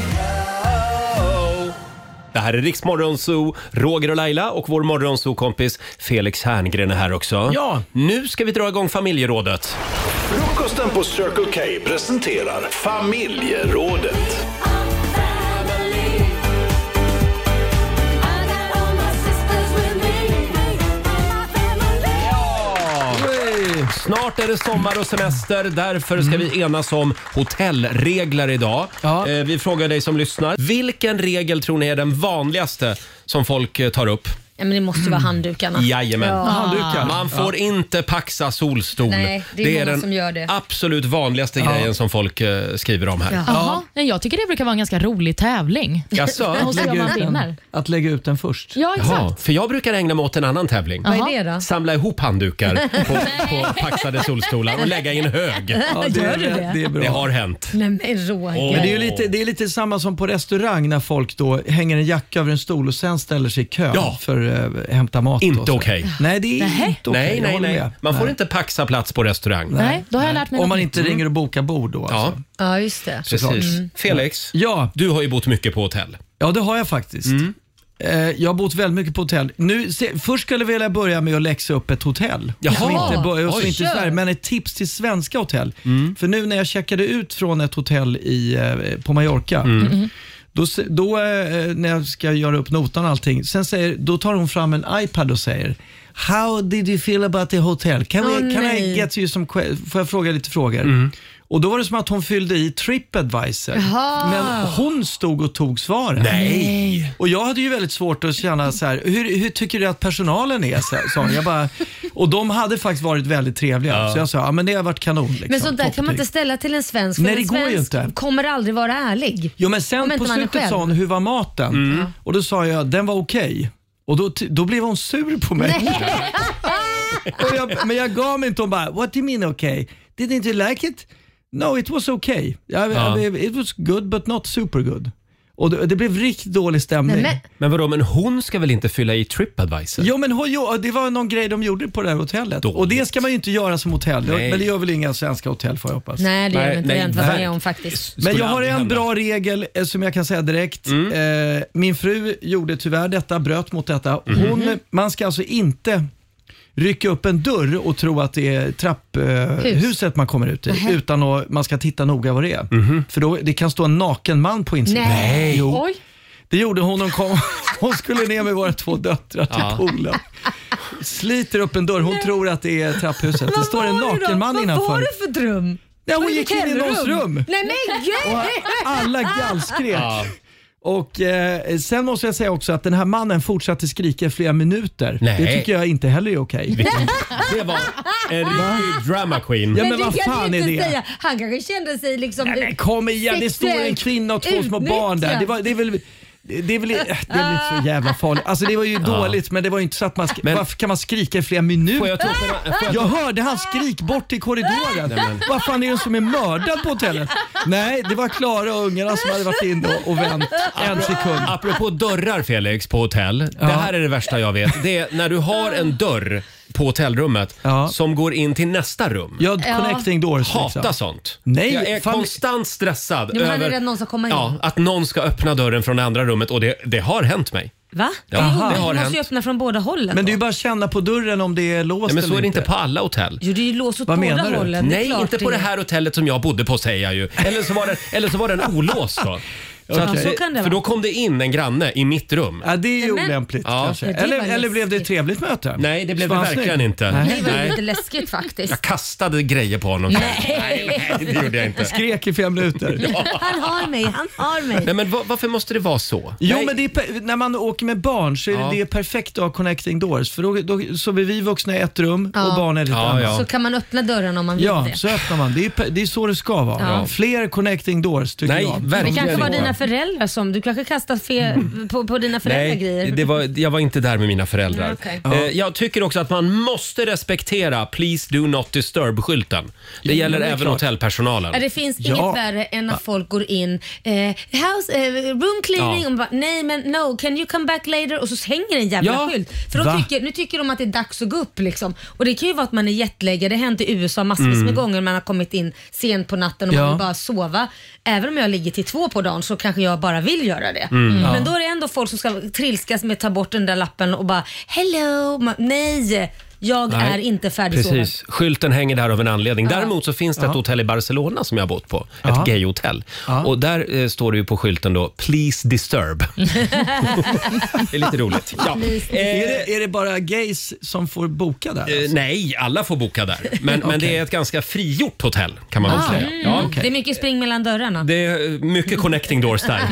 Det här är Riksmorgon Zoo, Roger och Laila och vår morgonzoo-kompis Felix Herngren är här också. Ja. Nu ska vi dra igång familjerådet. Frukosten på Circle K presenterar familjerådet. Snart är det sommar och semester, därför ska vi enas om hotellregler idag. Ja. Eh, vi frågar dig som lyssnar. Vilken regel tror ni är den vanligaste som folk eh, tar upp? Ja, men det måste ju vara handdukarna. Jajamän. Ja. Handdukar. Man får inte paxa solstol. Nej, det är många som gör det. absolut vanligaste grejen som folk eh, skriver om här. Jaha. Nej, jag tycker det brukar vara en ganska rolig tävling. Jaså? Och se om man ut den, vinner. att lägga ut den först. Ja, exakt. Jaha, för jag brukar ägna mig åt en annan tävling. Vad är det då? Samla ihop handdukar på, på paxade solstolar och lägga i en hög. Ja, det, Gör du är, det? det är bra. Det har hänt. Nej men Roger. Åh. Men det är ju lite, det är lite samma som på restaurang när folk då hänger en jacka över en stol och sen ställer sig i kö Ja. för att äh, hämta mat. Inte och så. okej. Nej, det är Nähä. inte okej. Nej, Jag nej, håller nej. med. Man får Nej. inte paxa plats på restaurang. Nej, då har jag lärt mig Om något man nytt. inte ringer och bokar bord då. Ja, Alltså. Ja just det. precis. Mm. Felix, Ja, du har ju bott mycket på hotell. ja, det har jag faktiskt. Mm. Eh, Jag har bott väldigt mycket på hotell. Nu, se, först skulle jag vilja börja med att läxa upp ett hotell. Jaha. Som inte, bör- som Oj. inte är Sverige, men ett tips till svenska hotell. Mm. För nu när jag checkade ut från ett hotell i, eh, på Mallorca, Mm. då, se- då eh, när jag ska göra upp notan och allting, sen säger, då tar hon fram en iPad och säger How did you feel about the hotel? Can, Åh, we, can I nej. get you some que- Får jag fråga lite frågor? Mm. Och då var det som att hon fyllde i TripAdvisor. Jaha. Men hon stod och tog svaren. Nej. Och jag hade ju väldigt svårt att känna så här, hur, hur tycker du att personalen är? Så, sa hon. jag bara, och de hade faktiskt varit väldigt trevliga. Ja. Så jag sa, ja men det har varit kanon. Liksom. Men sånt där kan man Toppbetyg. inte ställa till en svensk. För Nej, det en går ju svensk inte. kommer aldrig vara ärlig. Jo men Om sen inte på man är slutet själv. sa hon, hur var maten? Och då sa jag, den var okej. Och då, t- då blev hon sur på mig. och jag, men jag gav mig inte, hon bara, what do you mean okay? Didn't you like it? No, it was okay. I, Ja. I, it was good but not super good. Och det, det blev riktigt dålig stämning. Nej, men, Men vadå, men hon ska väl inte fylla i TripAdvisor? Jo men hon- jo, det var någon grej de gjorde på det här hotellet. Dåligt. Och det ska man ju inte göra som hotell. Nej. Men det gör väl inga svenska hotell får jag hoppas. nej det gör Nej, vi inte. nej, Det har jag inte varit nej. med om faktiskt. Men Skulle jag har aldrig en hända. bra regel eh, som jag kan säga direkt. Eh, min fru gjorde tyvärr detta, bröt mot detta. Hon, man ska alltså inte rycka upp en dörr och tro att det är trapphuset eh, man kommer ut i. Utan att man ska titta noga vad det är. För då, det kan stå en naken man på insidan. Nej. Jo. Oj. Det gjorde hon. Hon, kom, hon skulle ner med våra två döttrar till Ja. poolen. Sliter upp en dörr. Hon tror att det är trapphuset. Det står en Vad var det då? naken man Vad innanför. var det för dröm? Ja, Var hon det gick in i någons hotellrum? rum. Nej men Och gud! alla gallskrek. Ja. Och eh, sen måste jag säga också att den här mannen fortsatte skrika i flera minuter. Nej. Det tycker jag inte heller är okej. Det var en riktig drama queen. Ja, men vad det kan fan du är inte det? säga. Han kanske kände sig liksom... Nej, men kom igen, det står en kvinna och två små barn där. Det, var, det är väl... Det är väl, det är väl inte så jävla farligt. Alltså det var ju dåligt, men det var ju inte så att man... Sk- Men- varför kan man skrika i flera minuter? Får jag ta upp en- får jag jag ta- hörde hans skrik bort i korridoren. Nej, men- Vad fan är det som är mördad på hotellet? Nej, det var Klara och ungarna som hade varit inne och, och vänt en sekund. Apropå dörrar, Felix, på hotell. Det här är det värsta jag vet. Det är när du har en dörr på hotellrummet Ja. som går in till nästa rum. Ja, connecting doors. Hata liksom. sånt. Nej, jag är fan- konstant stressad Ja, men han är över rädd någon ska komma in. ja, att någon ska öppna dörren från det andra rummet och det, det har hänt mig. Va? Ja, det, är det omöjligt. har Du måste hänt. ju öppna från båda hållen. Men det är då. ju bara att känna på dörren om det är låst Ja, men så eller är det inte på alla hotell. Jo, det är ju låst åt Vad båda menar du? hållen. Det är Nej, klart inte på det är. här hotellet som jag bodde på säger jag ju. Eller så var den, eller så var den olåst då. Så Okej. att, Ja, så kan det för vara. då kom det in en granne i mitt rum. Ja, det är ju Men- olämpligt Ja. kanske. Ja, det Eller, var eller blev det ett läskigt. trevligt möte? Nej, det blev Så det var han verkligen snygg? inte. Nej. Det var Nej. lite läskigt faktiskt. Jag kastade grejer på honom. Nej, det gjorde jag inte. Skrek i fem minuter. Han har mig, han har mig. Nej, men va- varför måste det vara så? Jo, Nej. men det är, per- när man åker med barn så är Ja. det, det är perfekt att ha connecting doors. För då, då sover vi vuxna i ett rum Ja. och barnen i ett Ja, annat. ja. Så kan man öppna dörren om man vill Ja, det. så öppnar man. Det är, per- det är så det ska vara. Ja. Fler connecting doors tycker Nej, jag. Det verkligen kanske var inte. dina föräldrar som... Du kanske kastat fel på, på dina föräldrar Nej, grejer. det var, jag var inte där med mina föräldrar. Ja, okej. Eh, Jag tycker också att man måste respektera Please do not disturb-skylten. Det Ja, gäller det är även klart. hotellpersonalen. Ja, det finns Ja. inget värre än när folk går in, eh, house, eh, room cleaning, Ja. och bara, nej men no, can you come back later? Och så hänger en jävla Ja. skylt. För de Va? tycker, nu tycker de att det är dags att gå upp liksom. Och det kan ju vara att man är jetlaggad. Det har hänt i U S A massvis med gånger man har kommit in sent på natten och Ja. man vill bara sova. Även om jag ligger till två på dagen så kanske jag bara vill göra det. Mm. Men då är det ändå folk som ska trilskas med att ta bort den där lappen och bara hello, ma- nej. Jag Nej, är inte färdigsoven. Precis, skylten hänger där av en anledning. Däremot så finns det ett hotell i Barcelona som jag har bott på. Ett Ja. gayhotell. Ja. Och där eh, står det ju på skylten då, Please disturb. Det är lite roligt. Ja. Please. Eh, Är det, är det bara gays som får boka där? eh, Alltså? nej, alla får boka där. Men, men Okej. det är ett ganska frigjort hotell kan man väl Ah, säga. mm. Ja. Det är mycket spring mellan dörrarna. Det är mycket connecting doors där.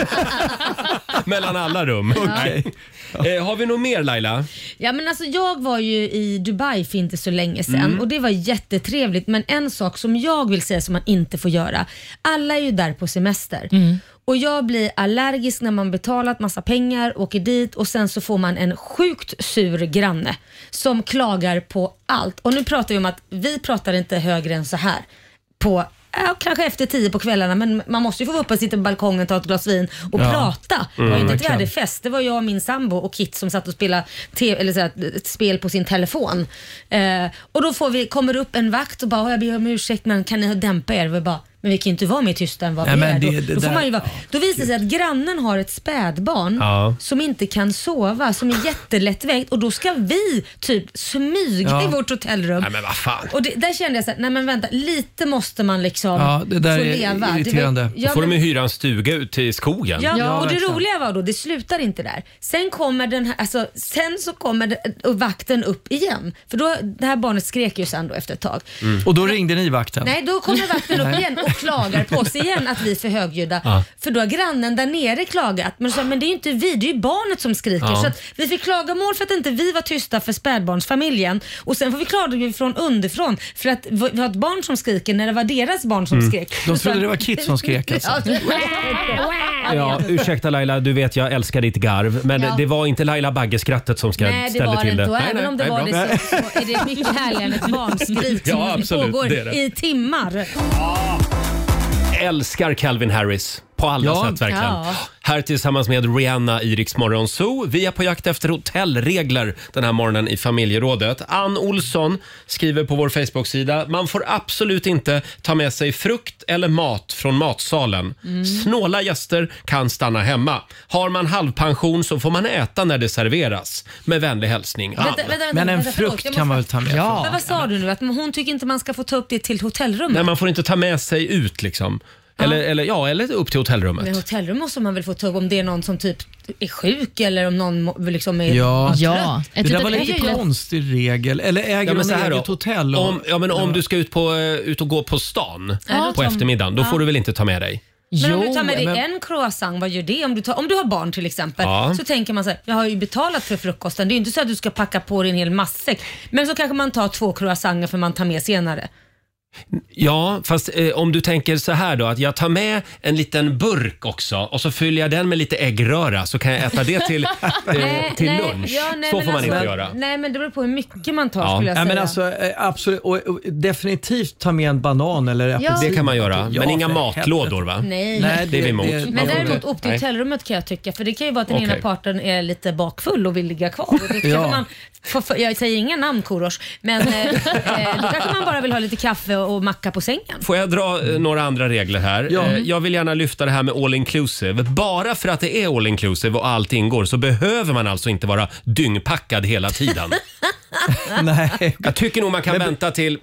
Mellan alla rum. Nej. Eh, har vi något mer Laila? Ja, men alltså, jag var ju i Dubai för inte så länge sedan Mm. och det var jättetrevligt, men en sak som jag vill säga som man inte får göra. Alla är ju där på semester. Och jag blir allergisk när man betalat massa pengar, åker dit och sen så får man en sjukt sur granne som klagar på allt. Och nu pratar vi om att vi pratar inte högre än så här på ja, kanske efter tio på kvällarna, men man måste ju få upp och sitta på balkongen, ta ett glas vin och Ja. prata. Det var ju inte ett verkligen. värdefest. Det var jag och min sambo och Kit som satt och spelade te- eller så här, ett spel på sin telefon. Eh, och då får vi, kommer upp en vakt och bara, jag ber om ursäkt men kan ni dämpa er? Vi bara, men vi kan ju inte vara mer tysta än vad Nej, vi men är. det- Då, det då, får där- man ju vara, då visar det sig att grannen har ett spädbarn Ja. som inte kan sova, som är jättelättväckt och då ska vi typ smyga Ja. i vårt hotellrum. Nej men vad fan. Och det, där kände jag så här, nej men vänta, lite måste man liksom Ja, det där få är leva. Det var- irriterande. ja, Då får men- de ju hyra en stuga ute i skogen. Ja, Ja, och det verkligen. roliga var då, det slutar inte där. Sen kommer den här, alltså, sen så kommer det, och vakten upp igen. För då, det här barnet skrek ju sen då efter ett tag. Och då ringde ni vakten? Nej, då kommer vakten upp igen och klagar på oss igen att vi är för högljudda. Ja. För då har grannen där nere klagat. Men, så, men det är ju inte vi, det är ju barnet som skriker. Ja. Så att vi fick klagomål för att inte vi var tysta för spädbarnsfamiljen. Och sen får vi klaga från underifrån för att vi har ett barn som skriker när det var deras barn som skrek. De Så trodde att- det var Kit som skrek alltså. Ja, Ja, ursäkta Laila, du vet jag älskar ditt garv. Men Ja. det var inte Laila Bagge-skrattet som ska Nej, det ställde var det till inte. det. Och Nej, även nej, om det nej, var bra. det så, så är det mycket härligare än ett barnskrik Ja, som absolut, pågår det är det. i timmar. Älskar Calvin Harris på alla Ja. sätt verkligen. Ja. Här tillsammans med Rihanna i Rix Morgon Zoo. Vi är på jakt efter hotellregler den här morgonen i familjerådet. Ann Olsson skriver på vår Facebook-sida: man får absolut inte ta med sig frukt eller mat från matsalen. Mm. Snåla gäster kan stanna hemma. Har man halvpension så får man äta när det serveras. Med vänlig hälsning, Ann. Vänta, vänta, vänta, Men en vänta, förlåt, frukt jag kan man väl måste- ta med? Ja. Men vad sa du nu? Att hon tycker inte man ska få ta upp det till hotellrummet? Nej, man får inte ta med sig ut liksom. Eller, eller, ja, eller upp till hotellrummet. Men hotellrum måste man väl få ta upp om det är någon som typ är sjuk eller om någon må- liksom är Ja. trött. Ja, Det ett där litet var lite ägg. konstig regel. Eller äger Ja, men de så här eget då. hotell? Och, Om, ja, men om du ska ut, på, eh, ut och gå på stan Ja. på eftermiddagen, då Ja. får du väl inte ta med dig? Men Jo, om du tar med dig men- en croissant, vad gör det? Om du, tar, om du har barn till exempel, Ja. så tänker man så här, jag har ju betalat för frukosten. Det är ju inte så att du ska packa på dig en hel matsäck. Men så kanske man tar två croissanter för man tar med senare. Ja, fast eh, om du tänker så här då, att jag tar med en liten burk också och så fyller jag den med lite äggröra så kan jag äta det till, eh, till nej, lunch. ja, nej, så men får man alltså, inte göra. Nej, men det beror på hur mycket man tar Ja. skulle jag Ja, säga. men alltså, eh, absolut, och, och definitivt ta med en banan eller Ja. apelsin. Det kan man göra, Ja, men inga för matlådor va? Nej. Nej, det är vi emot. Men Man får däremot inte- upp till Nej. hotellrummet kan jag tycka, för det kan ju vara att den Okej. ena parten är lite bakfull och vill ligga kvar. Och det Ja. kanske man, får, för, jag säger inga namn Korosh, men eh, eh, då kanske man bara vill ha lite kaffe och macka på sängen. Får jag dra eh, några andra regler här? Ja. Eh, jag vill gärna lyfta det här med all inclusive. Bara för att det är all inclusive och allt ingår så behöver man alltså inte vara dyngpackad hela tiden. Nej. Jag tycker nog man kan vänta till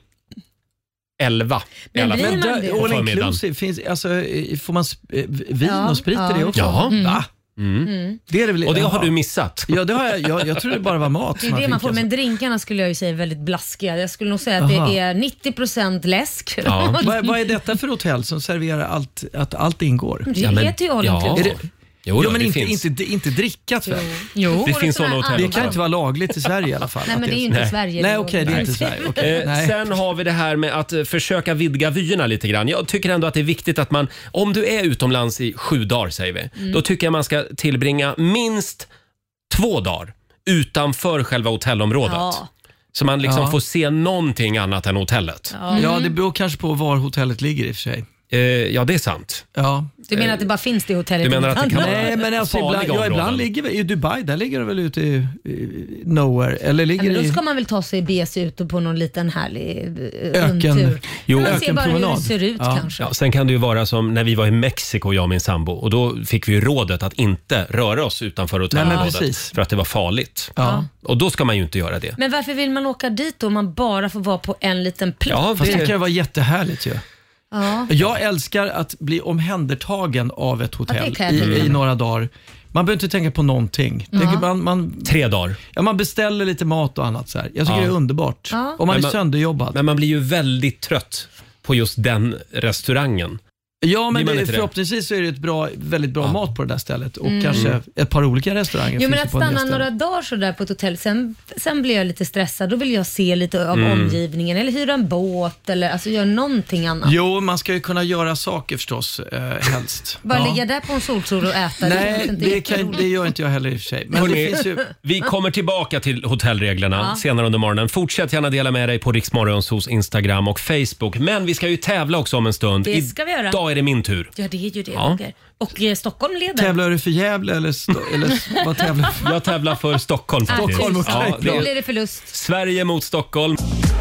elva i Men alla blir fall. man Men det? där, På all förmiddagen. inclusive, finns, alltså, eh, får man sp- eh, vin Ja, och sprit i det ja. också? Ja. Va? Mm. Det är det väl, Och det har jaha. du missat. Ja, det har jag. Jag, jag tror det bara var mat Det är som det man fick, får, alltså. men drinkarna skulle jag ju säga är väldigt blaskiga. Jag skulle nog säga att Aha. det är nittio procent läsk. Ja. Vad, vad är detta för hotell som serverar allt, att allt ingår? Det Ja, men- heter ju all ja. inclusive. Är det, Jo, jo, då, men det inte, finns. inte, inte drickat väl? Jo, Det finns såna såna här hotell Det andra. kan inte vara lagligt i Sverige i alla fall. Nej, att men det är ju Nej. inte Sverige. Nej, det okej, det är går. inte Sverige. Okej, Eh, nej. sen har vi det här med att eh, försöka vidga vyerna lite grann. Jag tycker ändå att det är viktigt att man, om du är utomlands i sju dagar säger vi, Mm. då tycker jag man ska tillbringa minst två dagar utanför själva hotellområdet. Ja. Så man liksom Ja. får se någonting annat än hotellet. Ja. Ja, det beror kanske på var hotellet ligger i och för sig. Eh, ja, det är sant. Ja. Du menar att det bara finns det hotellet? Du menar att det kan vara- Nej, men alltså farliga ibland, ja, ibland områden. ligger vi i Dubai, där ligger det väl ute i, i nowhere, eller Ja, ligger men det då i ska man väl ta sig bege sig ut på någon liten härlig eh, öken, rundtur. Jo. Man ser bara hur det ökenpromenad. ser ut Ja. kanske. Ja, sen kan det ju vara som när vi var i Mexiko, jag och min sambo. Och då fick vi ju rådet att inte röra oss utanför Nej, men hotellområdet. precis. För att det var farligt. Ja. Och då ska man ju inte göra det. Men varför vill man åka dit då om man bara får vara på en liten plats? Ja, Fast det det, kan ju vara jättehärligt ju. Ja. Jag älskar att bli omhändertagen av ett Ja, hotell det kan jag tänka i, i mig. några dagar. Man behöver inte tänka på någonting. Tänker man, man, tre dagar. ja, man beställer lite mat och annat så här. Jag tycker Ja. det är underbart. Ja. Om man Men är man- sönderjobbad. Men man blir ju väldigt trött på just den restaurangen. Ja, men Blir man det, inte det? förhoppningsvis så är det ett bra, väldigt bra Ja. mat på det där stället och Mm. kanske ett par olika restauranger. Jo, finns men det att på en del stanna ställen. några dagar så där på ett hotell, sen, sen blir jag lite stressad. Då vill jag se lite av Mm. omgivningen eller hyra en båt eller alltså göra någonting annat. Jo, man ska ju kunna göra saker förstås, eh, helst. Bara Ja. ligga där på en solstol och äta. det Nej, känns inte det, kan, jätteroligt. det gör inte jag heller i och för sig. Men Hörrni, det finns ju... vi kommer tillbaka till hotellreglerna Ja. senare under morgonen. Fortsätt gärna dela med dig på Riksmorgonsos Instagram och Facebook. Men vi ska ju tävla också om en stund. Det ska vi göra. Idag är det min tur. Ja, det är ju det, Ja. Roger. Och eh, Stockholm leder. Tävlar du för Gävle eller, sto- eller vad tävlar du för? Jag tävlar för Stockholm faktiskt. Stockholm, okej, Ja, det Då är blir det förlust. Sverige mot Stockholm.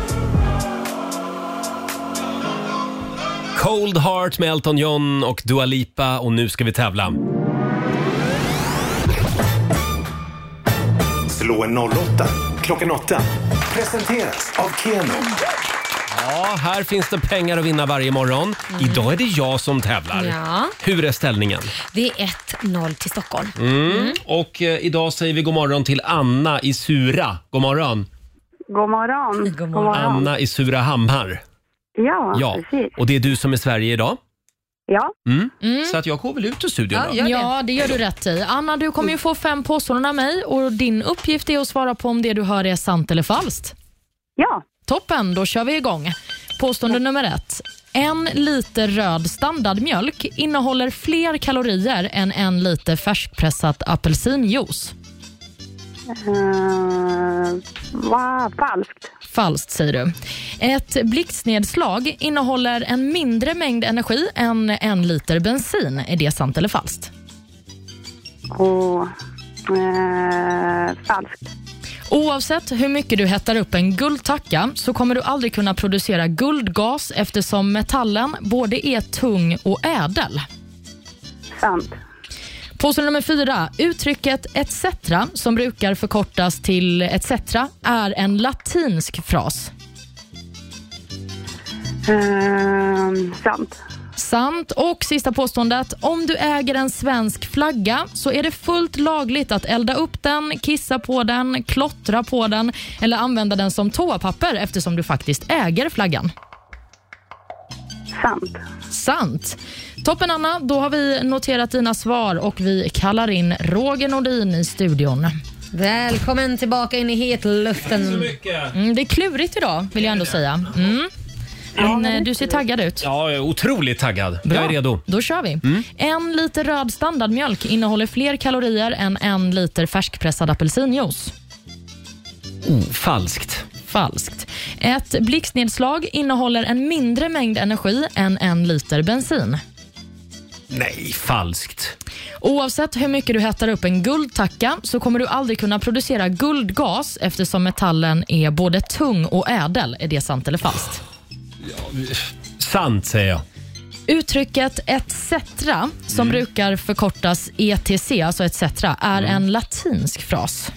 Cold Heart med Elton John och Dua Lipa och nu ska vi tävla. Slå en noll åtta klockan åtta. Presenteras av Keno. Ja, här finns det pengar att vinna varje morgon. Idag är det jag som tävlar. Ja. Hur är ställningen? Det är ett noll till Stockholm. Mm. Och eh, idag säger vi god morgon till Anna i Sura. God morgon. God morgon. God morgon. Anna i Surahammar. Ja, Ja, precis. och det är du som är Sverige idag. Ja, Mm. Så att jag går väl ut ur studion Ja, då. gör det. Ja, det gör du rätt i. Anna, du kommer ju få fem påståenden av mig och din uppgift är att svara på om det du hör är sant eller falskt. ja. Toppen, då kör vi igång. Påstående nummer ett. En liter röd standardmjölk innehåller fler kalorier än en liter färskpressat apelsinjuice. Uh, vad falskt. Falskt säger du. Ett blixtnedslag innehåller en mindre mängd energi än en liter bensin. Är det sant eller falskt? Och uh, falskt. Oavsett hur mycket du hettar upp en guldtacka så kommer du aldrig kunna producera guldgas eftersom metallen både är tung och ädel. Sant. Påstående nummer fyra. Uttrycket et cetera som brukar förkortas till et cetera är en latinsk fras. Uh, sant. Sant. Och sista påståendet. Om du äger en svensk flagga så är det fullt lagligt att elda upp den, kissa på den, klottra på den eller använda den som toapapper eftersom du faktiskt äger flaggan. Sant. Sant. Toppen Anna, då har vi noterat dina svar och vi kallar in Roger Nordin i studion. Välkommen tillbaka in i hetluften. Tack så mycket. Mm, det är klurigt idag vill jag ändå säga. Mm. Men eh, du ser taggad ut. Ja, jag är otroligt taggad. Bra. Jag är redo. Då kör vi. Mm. En liter röd standardmjölk innehåller fler kalorier än en liter färskpressad apelsinjuice. Oh, falskt. Falskt. Ett blixtnedslag innehåller en mindre mängd energi än en liter bensin. Nej, falskt. Oavsett hur mycket du hettar upp en guldtacka så kommer du aldrig kunna producera guldgas eftersom metallen är både tung och ädel. Är det sant eller falskt? Sant säger jag. Uttrycket et cetera som Mm. brukar förkortas E T C, alltså et cetera, är Mm. en latinsk fras.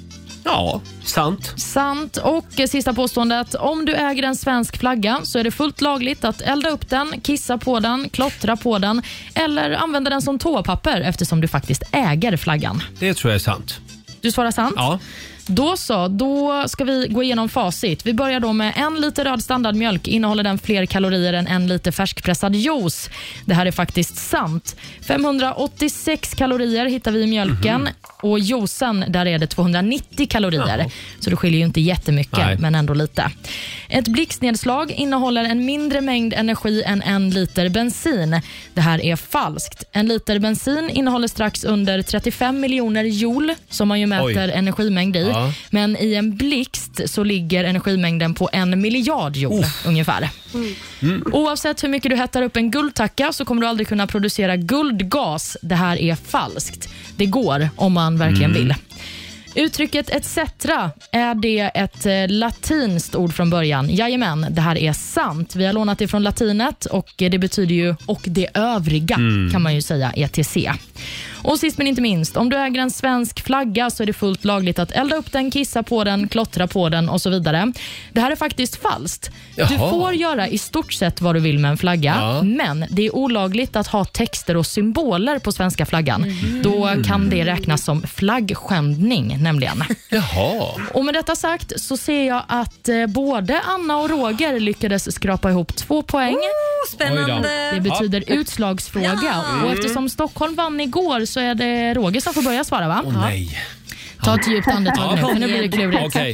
Ja, sant. Sant. Och sista påståendet. Om du äger en svensk flagga så är det fullt lagligt att elda upp den, kissa på den, klottra på den eller använda den som toapapper eftersom du faktiskt äger flaggan. Det tror jag är sant. Du svarar sant? Ja. Då så, då ska vi gå igenom facit. Vi börjar då med en liter röd standardmjölk. Innehåller den fler kalorier än en liter färskpressad juice. Det här är faktiskt sant. femhundraåttiosex kalorier hittar vi i mjölken. Mm-hmm. Och juicen, där är det tvåhundranittio kalorier. Jaha. Så det skiljer ju inte jättemycket, Nej. men ändå lite. Ett blixtnedslag innehåller en mindre mängd energi än en liter bensin. Det här är falskt. En liter bensin innehåller strax under trettiofem miljoner joule som man ju mäter Oj. energimängd i. Ja. Men i en blixt så ligger energimängden på en miljard joule oh. ungefär. Mm. Mm. Oavsett hur mycket du hettar upp en guldtacka så kommer du aldrig kunna producera guldgas. Det här är falskt. Det går om man verkligen mm. vill. Uttrycket et cetera, är det ett eh, latinskt ord från början? Jajamän, det här är sant. Vi har lånat det från latinet och eh, det betyder ju och det övriga mm. kan man ju säga E T C. Och sist men inte minst, om du äger en svensk flagga så är det fullt lagligt att elda upp den, kissa på den, klottra på den och så vidare. Det här är faktiskt falskt. Jaha. Du får göra i stort sett vad du vill med en flagga, ja. men det är olagligt att ha texter och symboler på svenska flaggan. Mm. Då kan det räknas som flaggskändning nämligen. Jaha. Och med detta sagt så ser jag att eh, både Anna och Roger lyckades skrapa ihop två poäng. Oh, spännande. Det betyder ja. utslagsfråga. Ja. Och eftersom Stockholm vann igår så är det Roger som får börja svara, va? Åh oh, nej. Ta ett djupt andetag nu, för nu blir det klurigt. Okay.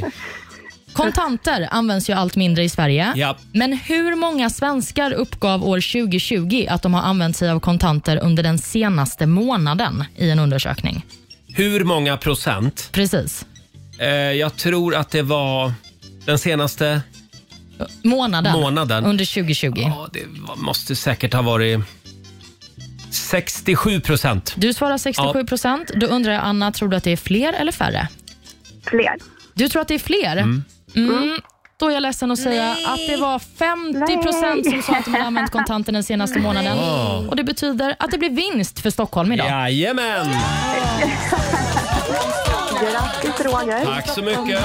Kontanter används ju allt mindre i Sverige. Ja. Men hur många svenskar uppgav år tjugo tjugo att de har använt sig av kontanter under den senaste månaden i en undersökning? Hur många procent? Precis. Eh, jag tror att det var den senaste månaden, månaden. under tjugo tjugo. Ja, det måste säkert ha varit sextiosju procent. Du svarar sextiosju procent. Ja. Då undrar jag, Anna, tror du att det är fler eller färre? Fler. Du tror att det är fler? Mm. Mm. Då är jag ledsen att säga Nej. att det var femtio procent som sa att de hade använt kontanter den senaste Nej. månaden. Oh. Och det betyder att det blir vinst för Stockholm idag. Jajamän! Grattis, Roger. Tack så mycket.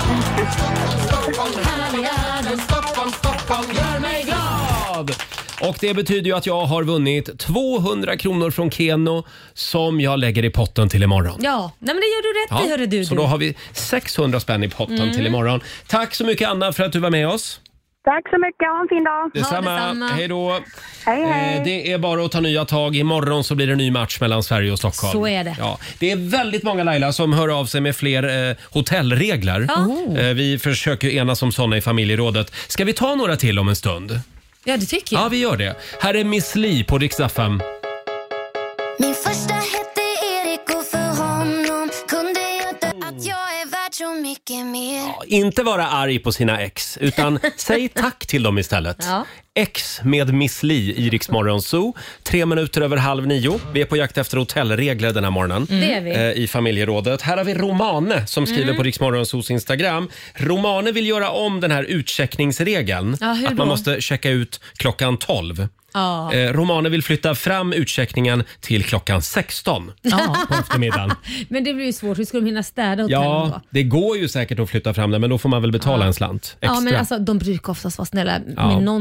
Stockholm, Stockholm, gör mig glad! Och det betyder ju att jag har vunnit tvåhundra kronor från Keno som jag lägger i potten till imorgon. Ja, nej men det gör du rätt ja, i, hörru du. Så då har vi sexhundra spänn i potten mm. till imorgon. Tack så mycket, Anna, för att du var med oss. Tack så mycket, ha en fin dag. Detsamma. Ja, detsamma. Hej då. Hej, hej. Eh, det är bara att ta nya tag. Imorgon så blir det en ny match mellan Sverige och Stockholm. Så är det. Ja, det är väldigt många, Laila, som hör av sig med fler eh, hotellregler. Ja. Eh, vi försöker enas om sådana i familjerådet. Ska vi ta några till om en stund? Ja, det tycker jag. Ja, vi gör det. Här är Miss Li på Rix F M. Min första hette Erik och för honom kunde jag inte att jag är värd så mycket mer. Ja, inte vara arg på sina ex, utan säg tack till dem istället. Ja. Ex med Miss Li i Rix Morgon Zoo. Tre minuter över halv nio. Vi är på jakt efter hotellregler den här morgonen. Mm. Det är vi. Eh, I familjerådet. Här har vi Romane som skriver mm. på Rix Morgon Zoos Instagram. Romane vill göra om den här utcheckningsregeln. Ja, hur att då? man måste checka ut klockan tolv. Ja. Eh, Romane vill flytta fram utcheckningen till klockan sexton ja. på eftermiddagen. Men det blir ju svårt. Hur ska de hinna städa hotellet Ja, då? det går ju säkert att flytta fram den, men då får man väl betala ja. en slant extra. Ja, men alltså de brukar oftast vara snälla med ja. någon timme hit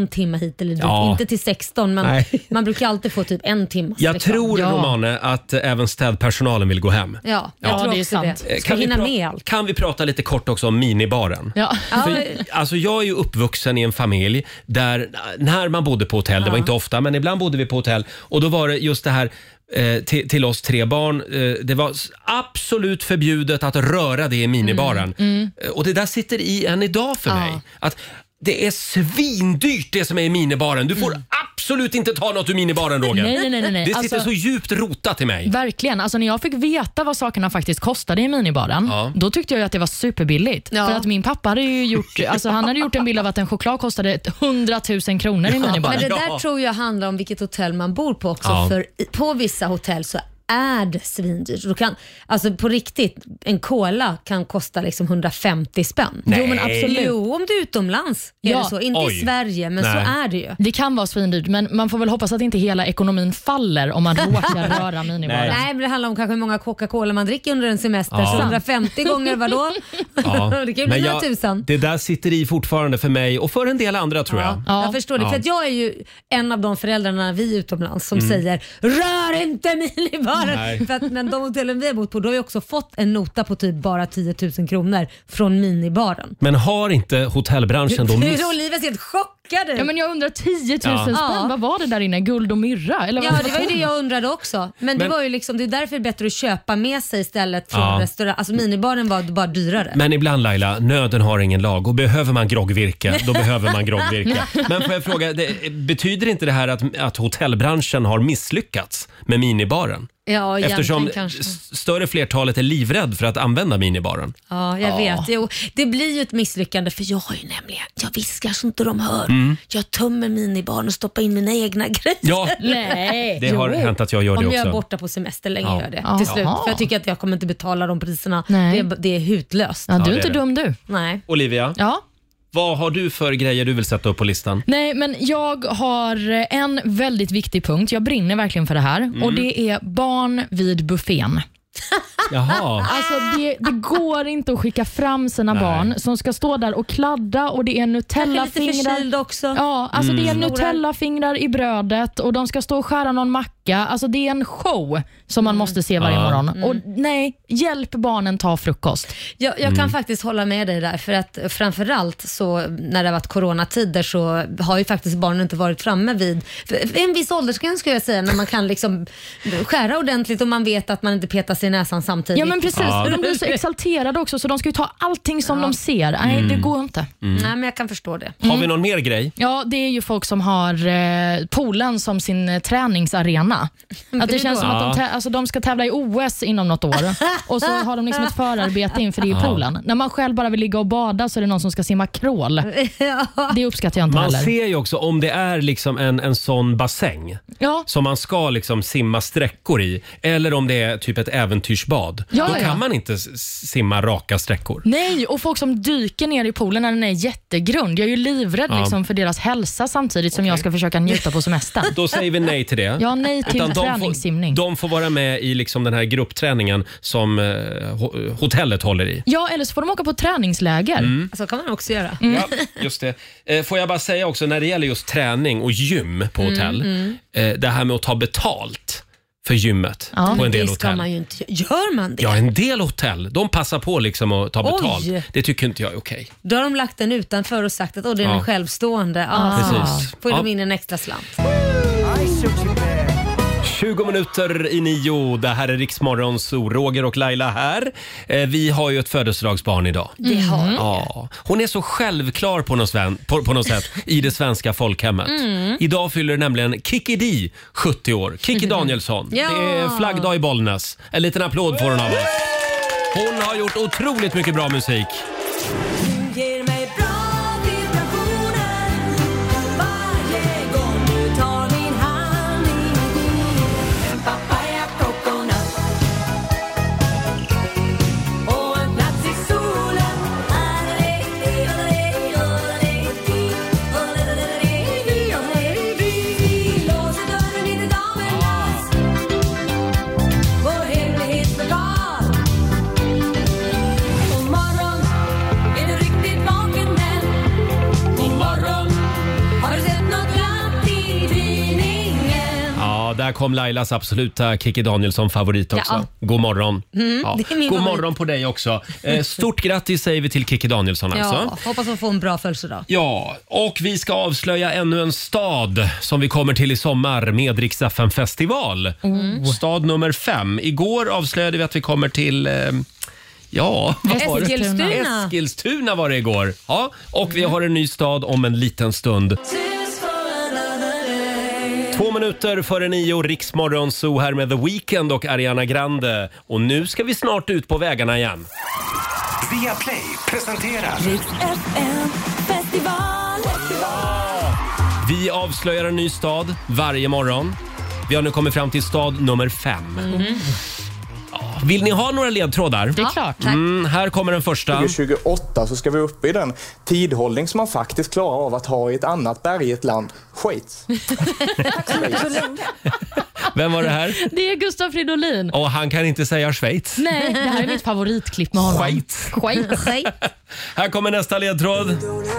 dit eller dit. Ja. Inte till sexton, men Nej. man brukar alltid få typ en timme. Jag tror, ja. Romane, att även städpersonalen vill gå hem. Ja, jag Ja, tror det är också sant. det. Ska Kan vi, hinna pra- med allt. kan vi prata lite kort också om minibaren? Ja. För, alltså jag är ju uppvuxen i en familj där när man bodde på hotell, det var inte ofta, men ibland bodde vi på hotell och då var det just det här eh, till, till oss tre barn. Eh, det var s- absolut förbjudet att röra det i minibaren. Eh, Och det där sitter i än idag för mig. Att det är svindyrt det som är i minibaren. Du får absolut inte ta något ur minibaren, Roger. Nej, nej, nej, nej. Det sitter Alltså- så djupt rotat i mig. Verkligen. Alltså när jag fick veta vad sakerna faktiskt kostade i minibaren, Ja. då tyckte jag ju att det var superbilligt. Ja. För att min pappa hade ju gjort, alltså han hade gjort en bild av att en choklad kostade hundratusen kronor i minibaren. Men det där Ja. tror jag handlar om vilket hotell man bor på också. Ja. För i- på vissa hotell så är det svindyrt. Du kan, alltså på riktigt, en cola kan kosta liksom hundrafemtio spänn. Nej. Jo, men absolut. Jo, om du är utomlands är Ja. det så. Inte Oj. i Sverige, men Nej. så är det ju. Det kan vara svindyrt, men man får väl hoppas att inte hela ekonomin faller om man råkar röra minibaren. Nej. Nej, men det handlar om kanske hur många Coca-Cola man dricker under en semester. Ja. Så hundrafemtio gånger vadå? Ja. Det kan ju Men bli jag- några tusen. Det där sitter i fortfarande för mig och för en del andra, tror jag. Ja, Ja. jag förstår det. Ja. För att jag är ju en av de föräldrarna när vi är utomlands som säger rör inte minibaren. Nej. För att, men de hotellen vi har bott på, då har vi också fått en nota på typ bara tio tusen kronor från minibaren. Men har inte hotellbranschen då miss... Hur Olivia ser helt chockad ut. Ja, men jag undrar tio tusen Ja. spänn, Ja. vad var det där inne? Guld och myrra? Eller vad Ja, var det var ju det jag undrade också. Men, det Men- var ju liksom, det är därför det är bättre att köpa med sig istället från Ja. restaurang. Alltså minibaren var bara dyrare. Men ibland, Laila, nöden har ingen lag och behöver man groggvirke, då behöver man groggvirke. Men får jag fråga, det, betyder inte det här att, att hotellbranschen har misslyckats med minibaren? Ja, egentligen Eftersom kanske. s- större flertalet är livrädd för att använda minibaren. Ja, jag Ja. vet. Jo, det blir ju ett misslyckande för jag har ju nämligen, jag viskar så inte de hör. Mm. Jag tömmer minibaren och stoppar in mina egna grejer. Ja, Nej. det har Jo. hänt att jag gör det Om också. jag är borta på semester länge Ja. gör jag det Ja. till slut. Jaha. För jag tycker att jag kommer inte betala de priserna. Nej. Det, det är hutlöst. Ja, du det är är inte det. dum du. Nej. Olivia, Ja. vad har du för grejer du vill sätta upp på listan? Nej, men jag har en väldigt viktig punkt. Jag brinner verkligen för det här. Mm. Och det är barn vid buffén. Jaha. Alltså det, det går inte att skicka fram sina Nej. barn som ska stå där och kladda och det är Kanske lite Nutella-fingrar. förkyld också. Ja, alltså det är Mm. Nutella-fingrar i brödet och de ska stå och skära någon macka. Alltså det är en show som man måste se varje Ja. morgon. Och nej, hjälp barnen ta frukost. Jag, jag Mm. kan faktiskt hålla med dig där, för att framförallt så när det har varit coronatider så har ju faktiskt barnen inte varit framme vid för en viss åldersgräns, skulle jag säga, när man kan liksom skära ordentligt och man vet att man inte petar sig i näsan samtidigt. Ja men precis, Ja. och de blir så exalterade också så de ska ju ta allting som de ser. Nej, Mm. det går inte. Nej, men jag kan förstå det. Har vi någon mer grej? Ja, det är ju folk som har eh, poolen som sin eh, träningsarena. Att det Hur känns då? som att de, Ja. tä- alltså, de ska tävla i O S inom något år och så har de liksom ett förarbete inför det i poolen. När man själv bara vill ligga och bada så är det någon som ska simma crawl. Det uppskattar jag inte Man heller. ser ju också om det är liksom en, en sån bassäng Ja. som man ska liksom simma sträckor i eller om det är typ ett äventyrsbad. Ja, Då ja. kan man inte s- simma raka sträckor. Nej, och folk som dyker ner i poolen när den är jättegrund. Jag är ju livrädd Ja. liksom, för deras hälsa samtidigt som jag ska försöka njuta på semestern. Då säger vi nej till det. Ja, nej till Utan de träningssimning. får, de får vara med i liksom den här gruppträningen som eh, ho- hotellet håller i. Ja, eller så får de åka på träningsläger. Mm. Så kan man också göra. Ja, just det. Eh, får jag bara säga också när det gäller just träning och gym på Mm, hotell. Eh, det här med att ta betalt för gymmet Ja. på en del det ska hotell. man ju inte. Gör man det? Ja, en del hotell, de passar på liksom att ta betalt. Oj. Det tycker inte jag är okej. Då har de lagt den utanför och sagt att oh, den Ja. är självstående. Ah, Precis. får Ja. de in en extra slant. tjugo minuter i nio, det här är Riksmorgon, så Roger och Laila här. Eh, vi har ju ett födelsedagsbarn idag. Det har Mm. Ja, hon är så självklar på något, sven, på, på något sätt i det svenska folkhemmet. Mm. Idag fyller nämligen Kikki Dee sjuttio år. Kikki Danielsson. Ja. Det är flaggdag i Bollnäs. En liten applåd får hon av oss. Hon har gjort otroligt mycket bra musik. Ger mig bra vibrationer varje gång du tar min hand i din. En papaya coconut och en plats i solen. Vi låser dörren in till damernas, vår hemlighetslokal. God morgon, är det riktigt där kom Lailas absoluta Kikki Danielsson-favorit också. Ja. God morgon. Mm, ja. det är min God favorit. morgon på dig också. Eh, stort grattis säger vi till Kikki Danielsson alltså. Ja, hoppas att få en bra födelsedag. Ja, och vi ska avslöja ännu en stad som vi kommer till i sommar med Rix F M-festival. Mm. Stad nummer fem. Igår avslöjade vi att vi kommer till... Eh, ja, vad var det? Eskilstuna. Eskilstuna var det igår. Ja, och vi har en ny stad om en liten stund. Två minuter före nio, Riksmorgon Zoo här med The Weeknd och Ariana Grande. Och nu ska vi snart ut på vägarna igen. Via Play presenterar Rix F M festival. Vi avslöjar en ny stad varje morgon. Vi har nu kommit fram till stad nummer fem. Mm. Vill ni ha några ledtrådar? Det är klart. Mm, här kommer den första. tjugo tjugoåtta så ska vi upp i den tidhållning som man faktiskt klarar av att ha i ett annat bergigt land. Schweiz. Vem var det här? Det är Gustav Fridolin. Och han kan inte säga Schweiz. Nej, det här är mitt favoritklipp med honom. Schweiz. Schweiz. Här kommer nästa ledtråd.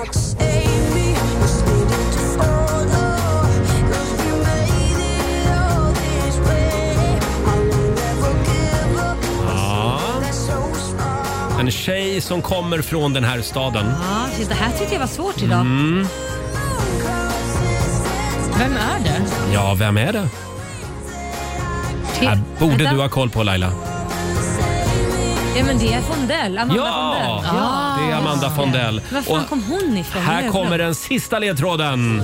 En tjej som kommer från den här staden. Ja, det här tyckte jag var svårt idag. Mm. Vem är det? Ja, vem är det? Här borde Vänta. du ha koll på, Laila. Ja, men det är Fondell. Amanda Ja, Fondell. Ja, det är Amanda Fondell. var fan Och kom hon ifrån? här Jag kommer glömde. den sista ledtråden.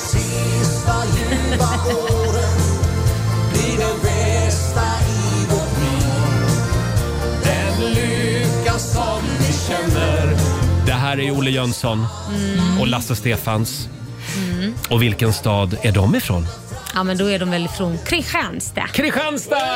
Det här är Olle Jönsson Mm. och Lasse Stefans. Mm. Och vilken stad är de ifrån? Ja, men då är de väl från Kristianstad. Kristianstad!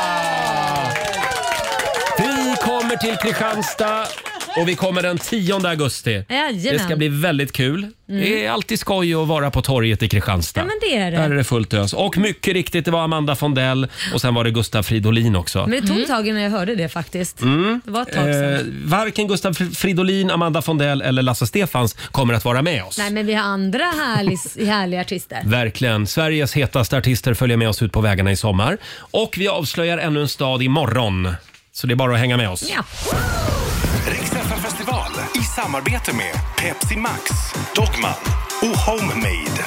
Vi kommer till Kristianstad och vi kommer den tionde augusti. Jajamän. Det ska bli väldigt kul. Mm. Det är alltid skoj att vara på torget i Kristianstad. Ja, men det är det. Där är det fullt ös. Och mycket riktigt, det var Amanda Fondell och sen var det Gustav Fridolin också. Men det tog ett tag innan jag hörde det faktiskt. Mm. Det var ett tag sedan. Eh, varken Gustav Fridolin, Amanda Fondell eller Lasse Stefans kommer att vara med oss. Nej, men vi har andra härlig, härliga artister. Verkligen. Sveriges hetaste artister följer med oss ut på vägarna i sommar. Och vi avslöjar ännu en stad imorgon. Så det är bara att hänga med oss. Ja. Rix F M festival i samarbete med Pepsi Max, Dogman och Homemade.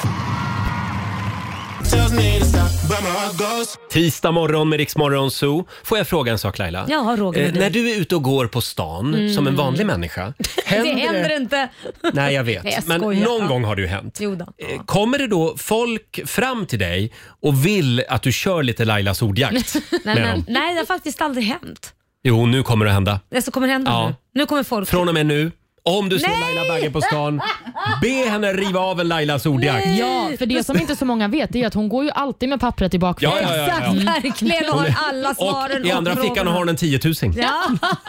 Tisdag morgon med Rix Morgon Zoo. Får jag fråga en sak, Laila? Ja, Roger, Eh, du. när du är ute och går på stan Mm. som en vanlig människa. Händer det händer inte. Nej, jag vet. Nej, jag Men skojar. någon Ja. gång har det ju hänt. Jo då. Eh, Kommer det då folk fram till dig och vill att du kör lite Lailas ordjakt Nej, med men, dem? nej, det har faktiskt aldrig hänt. Jo, nu kommer det hända. Det som kommer hända Ja. nu. Nu kommer folk... Från och med nu. Om du ser Nej! Laila Bagge på stan, be henne riva av en Lailas ordjakt. Ja, för det som inte så många vet är att hon går ju alltid med pappret i bakfickan. Ja, ja, ja, ja. Exakt, verkligen. Och har alla svaren Och i andra fickan frågorna. har hon en tiotusing. Ja.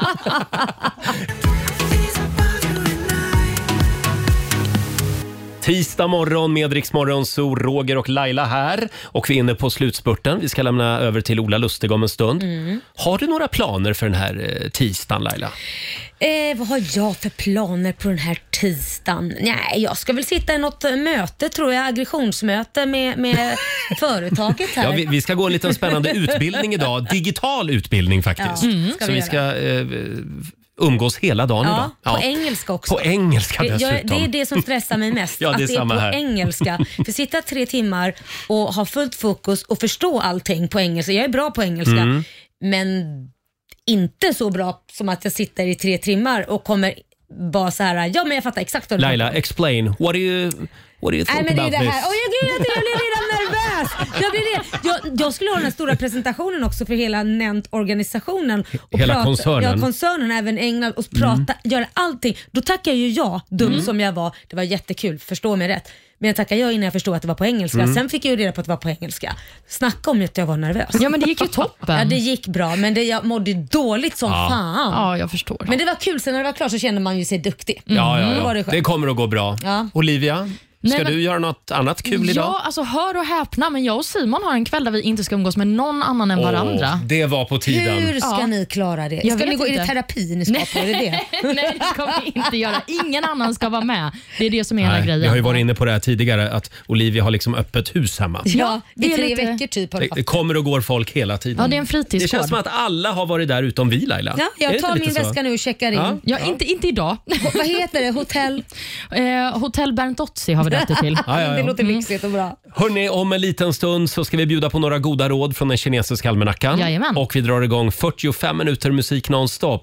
Tisdag morgon med Rix Morgon Zoo, Roger och Laila här. Och vi är inne på slutspurten. Vi ska lämna över till Ola Lustig om en stund. Mm. Har du några planer för den här eh, tisdagen, Laila? Eh, vad har jag för planer på den här tisdagen? Nej, jag ska väl sitta i något möte, tror jag. Aggressionsmöte med, med företaget här. Ja, vi, vi ska gå en liten spännande utbildning idag. Digital utbildning faktiskt. Ja, mm. ska Så vi vi ska eh, umgås hela dagen Ja, idag. på engelska också. På engelska Det, jag, dessutom. det är det som stressar mig mest. Ja, det är att det är samma på här. engelska. För sitta tre timmar och ha fullt fokus och förstå allting på engelska. Jag är bra på engelska, Mm. men inte så bra som att jag sitter i tre timmar och kommer bara så här. Ja, men jag fattar exakt vad du Laila, pratar om. explain. What do you, what do you think Nej, men det är about det this? här. Åh, jag, gud, jag, jag blir redan nervös. Jag, blir det. Jag, jag skulle ha den här stora presentationen också för hela Nent-organisationen. Och Hela prata, koncernen. Ja, koncernen, även England. Och prata, göra allting. Då tackar ju jag, dum Mm. som jag var. Det var jättekul, förstå mig rätt. Men jag tackar jag innan jag förstod att det var på engelska. Mm. Sen fick jag ju reda på att det var på engelska. Snacka om att jag var nervös. Ja, men det gick ju toppen. Ja, det gick bra, men det, jag mådde dåligt som Ja. fan. Ja, jag förstår. Men det var kul, sen när det var klart så kände man ju sig duktig. Ja, ja, Då ja. var det Det, skönt. kommer att gå bra. Ja. Olivia, Ska Nej, men- du göra något annat kul idag? Ja, alltså hör och häpna, men jag och Simon har en kväll där vi inte ska umgås med någon annan än Åh, varandra. det var på tiden. Hur ska Ja. ni klara det? Jag Ska vet ni gå i inte. terapi ni ska på? Är det det? Nej, det ska vi inte göra. Ingen annan ska vara med. Det är det som är hela Nej, grejen. vi har ju varit inne på det här tidigare, att Olivia har liksom öppet hus hemma. Ja, det i är tre lite- veckor typ har Det, du det haft. kommer och går folk hela tiden. Ja, det är en Det fritidsgård. känns som att alla har varit där utom vi, Laila. Ja, Är det jag inte tar lite min så? väska nu och checkar in. Ja. Ja, Inte, inte idag. Vad heter det? Hotell? Eh, Hotell Berntotzi har vi döpt det till. Ja, ja, ja. Det låter lyxigt och bra. Hörrni, om en liten stund så ska vi bjuda på några goda råd från den kinesiska almanackan. Jajamän. Och vi drar igång fyrtiofem minuter musik nonstop.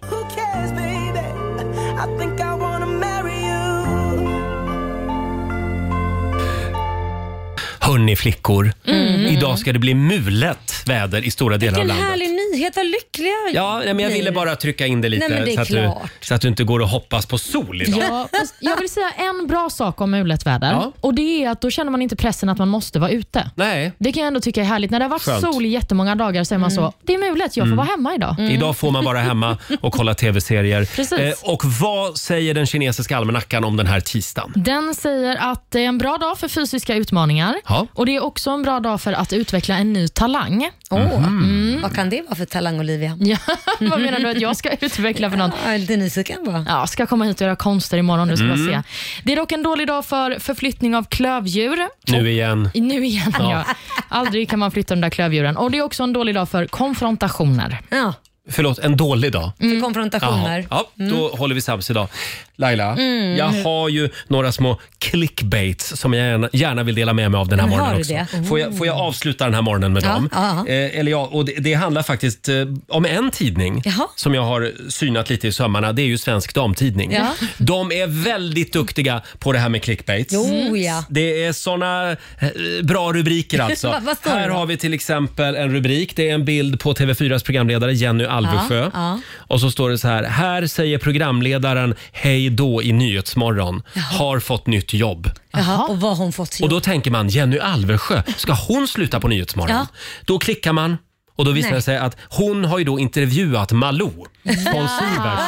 Hörni flickor, idag ska det bli mulet väder i stora delar av Vilken landet. härlig nyhet, vad lyckliga Ja, nej, men jag ville bara trycka in det lite Nej, men det är så, att du, klart. så att du inte går och hoppas på sol idag. Ja, fast jag vill säga en bra sak om mulet väder. Ja. Och det är att då känner man inte pressen att man måste vara ute. Nej, Det kan jag ändå tycka är härligt. När det har varit Skönt. sol i jättemånga dagar så är man så, det är mulet, jag får vara hemma idag. idag får man vara hemma och kolla tv-serier. Precis. och vad säger den kinesiska almanackan om den här tisdagen? Den säger att det är en bra dag för fysiska utmaningar. Ja. Och det är också en bra dag för att utveckla en ny talang. Åh, Mhm. vad kan det vara för talang, Olivia? Ja, vad menar du att jag ska utveckla för något? Jag är lite nyfiken bara. Ja, ska komma hit och göra konster imorgon, du ska Mm. bara se. Det är dock en dålig dag för förflyttning av klövdjur. Nu igen. Nu igen, Ja. ja. Aldrig kan man flytta de där klövdjuren. Och det är också en dålig dag för konfrontationer. Ja, Förlåt, en dålig dag. för konfrontationer. Jaha. Ja, då håller vi sams idag. Laila, jag har ju några små clickbaits som jag gärna, gärna vill dela med mig av den här Men har morgonen du också. det? Får jag, får jag avsluta den här morgonen med Ja, dem? ja. Eh, eller ja, och det, det handlar faktiskt eh, om en tidning Jaha. som jag har synat lite i sömmarna. Det är ju Svensk Damtidning. Ja. De är väldigt duktiga på det här med clickbaits. Jo, ja. Det är såna eh, bra rubriker alltså. Vad- vad står det Här då? har vi till exempel en rubrik. Det är en bild på T V fyras programledare Jenny Alvesjö. Ja, ja. Och så står det så här. Här säger programledaren hej då i Nyhetsmorgon. Har fått nytt jobb. Jaha, och vad har hon fått Och gjort? då tänker man, Jenny Alvesjö, ska hon sluta på Nyhetsmorgon? Ja. Då klickar man och då visar Nej. det sig att hon har ju då intervjuat Malou von Sivers.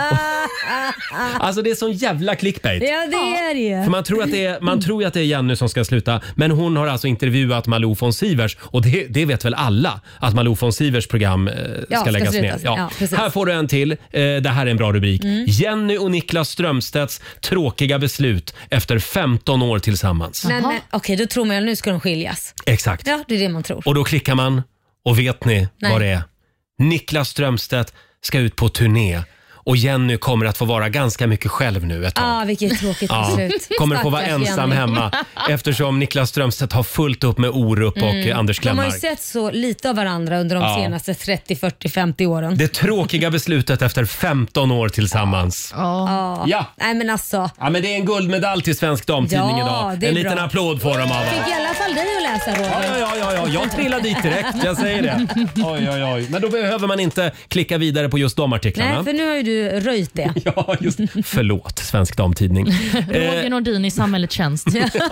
Alltså det är sån jävla clickbait. Ja, det är det För ju. man tror, att det är, man tror ju att det är Jenny som ska sluta, men hon har alltså intervjuat Malou von Sivers och det, det vet väl alla att Malou von Sivers program eh, ska, Ja, ska läggas slutas. ner. Ja, precis. Här får du en till. Eh, det här är en bra rubrik. Jenny och Niklas Strömstedts tråkiga beslut efter femton år tillsammans. Men, men okej, då tror man att nu ska de skiljas. Exakt. Ja, det är det man tror. Och då klickar man och vet ni Nej. vad det är? Niklas Strömstedt ska ut på turné och Jenny kommer att få vara ganska mycket själv nu ett tag. Ah, vilket tråkigt Ja, beslut. kommer att få vara Stackars ensam Jenny. hemma eftersom Niklas Strömstedt har fullt upp med Orup och eh, Anders De har ju Glenmark. sett så lite av varandra under de Ja. senaste trettio, fyrtio, femtio åren. Det tråkiga beslutet efter femton år tillsammans. Ja. Ja. Nej men alltså, Ja, men det är en guldmedalj till Svensk Damtidning Ja, idag. det är En liten bra. applåd får de av oss. fick i alla fall dig att läsa Ja, Roger. ja, ja, ja, jag trillar dit direkt, jag säger det. Oj, oj, oj. Men då behöver man inte klicka vidare på just de artiklarna. Nej, för nu har ju du röjt det. Ja, just Förlåt, Svensk Damtidning. Roger Eh, Nordin i samhällets tjänst.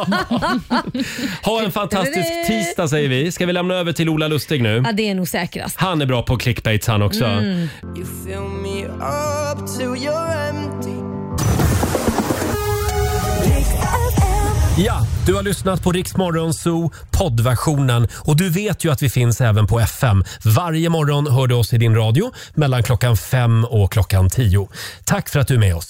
ha en fantastisk tisdag säger vi. Ska vi lämna över till Ola Lustig nu? Ja, det är nog säkrast. Han är bra på clickbaits han också. Mm. You fill me up till you're empty. Ja, du har lyssnat på Rix Morgon Zoo poddversionen och du vet ju att vi finns även på F M. Varje morgon hör du oss i din radio mellan klockan fem och klockan tio. Tack för att du är med oss.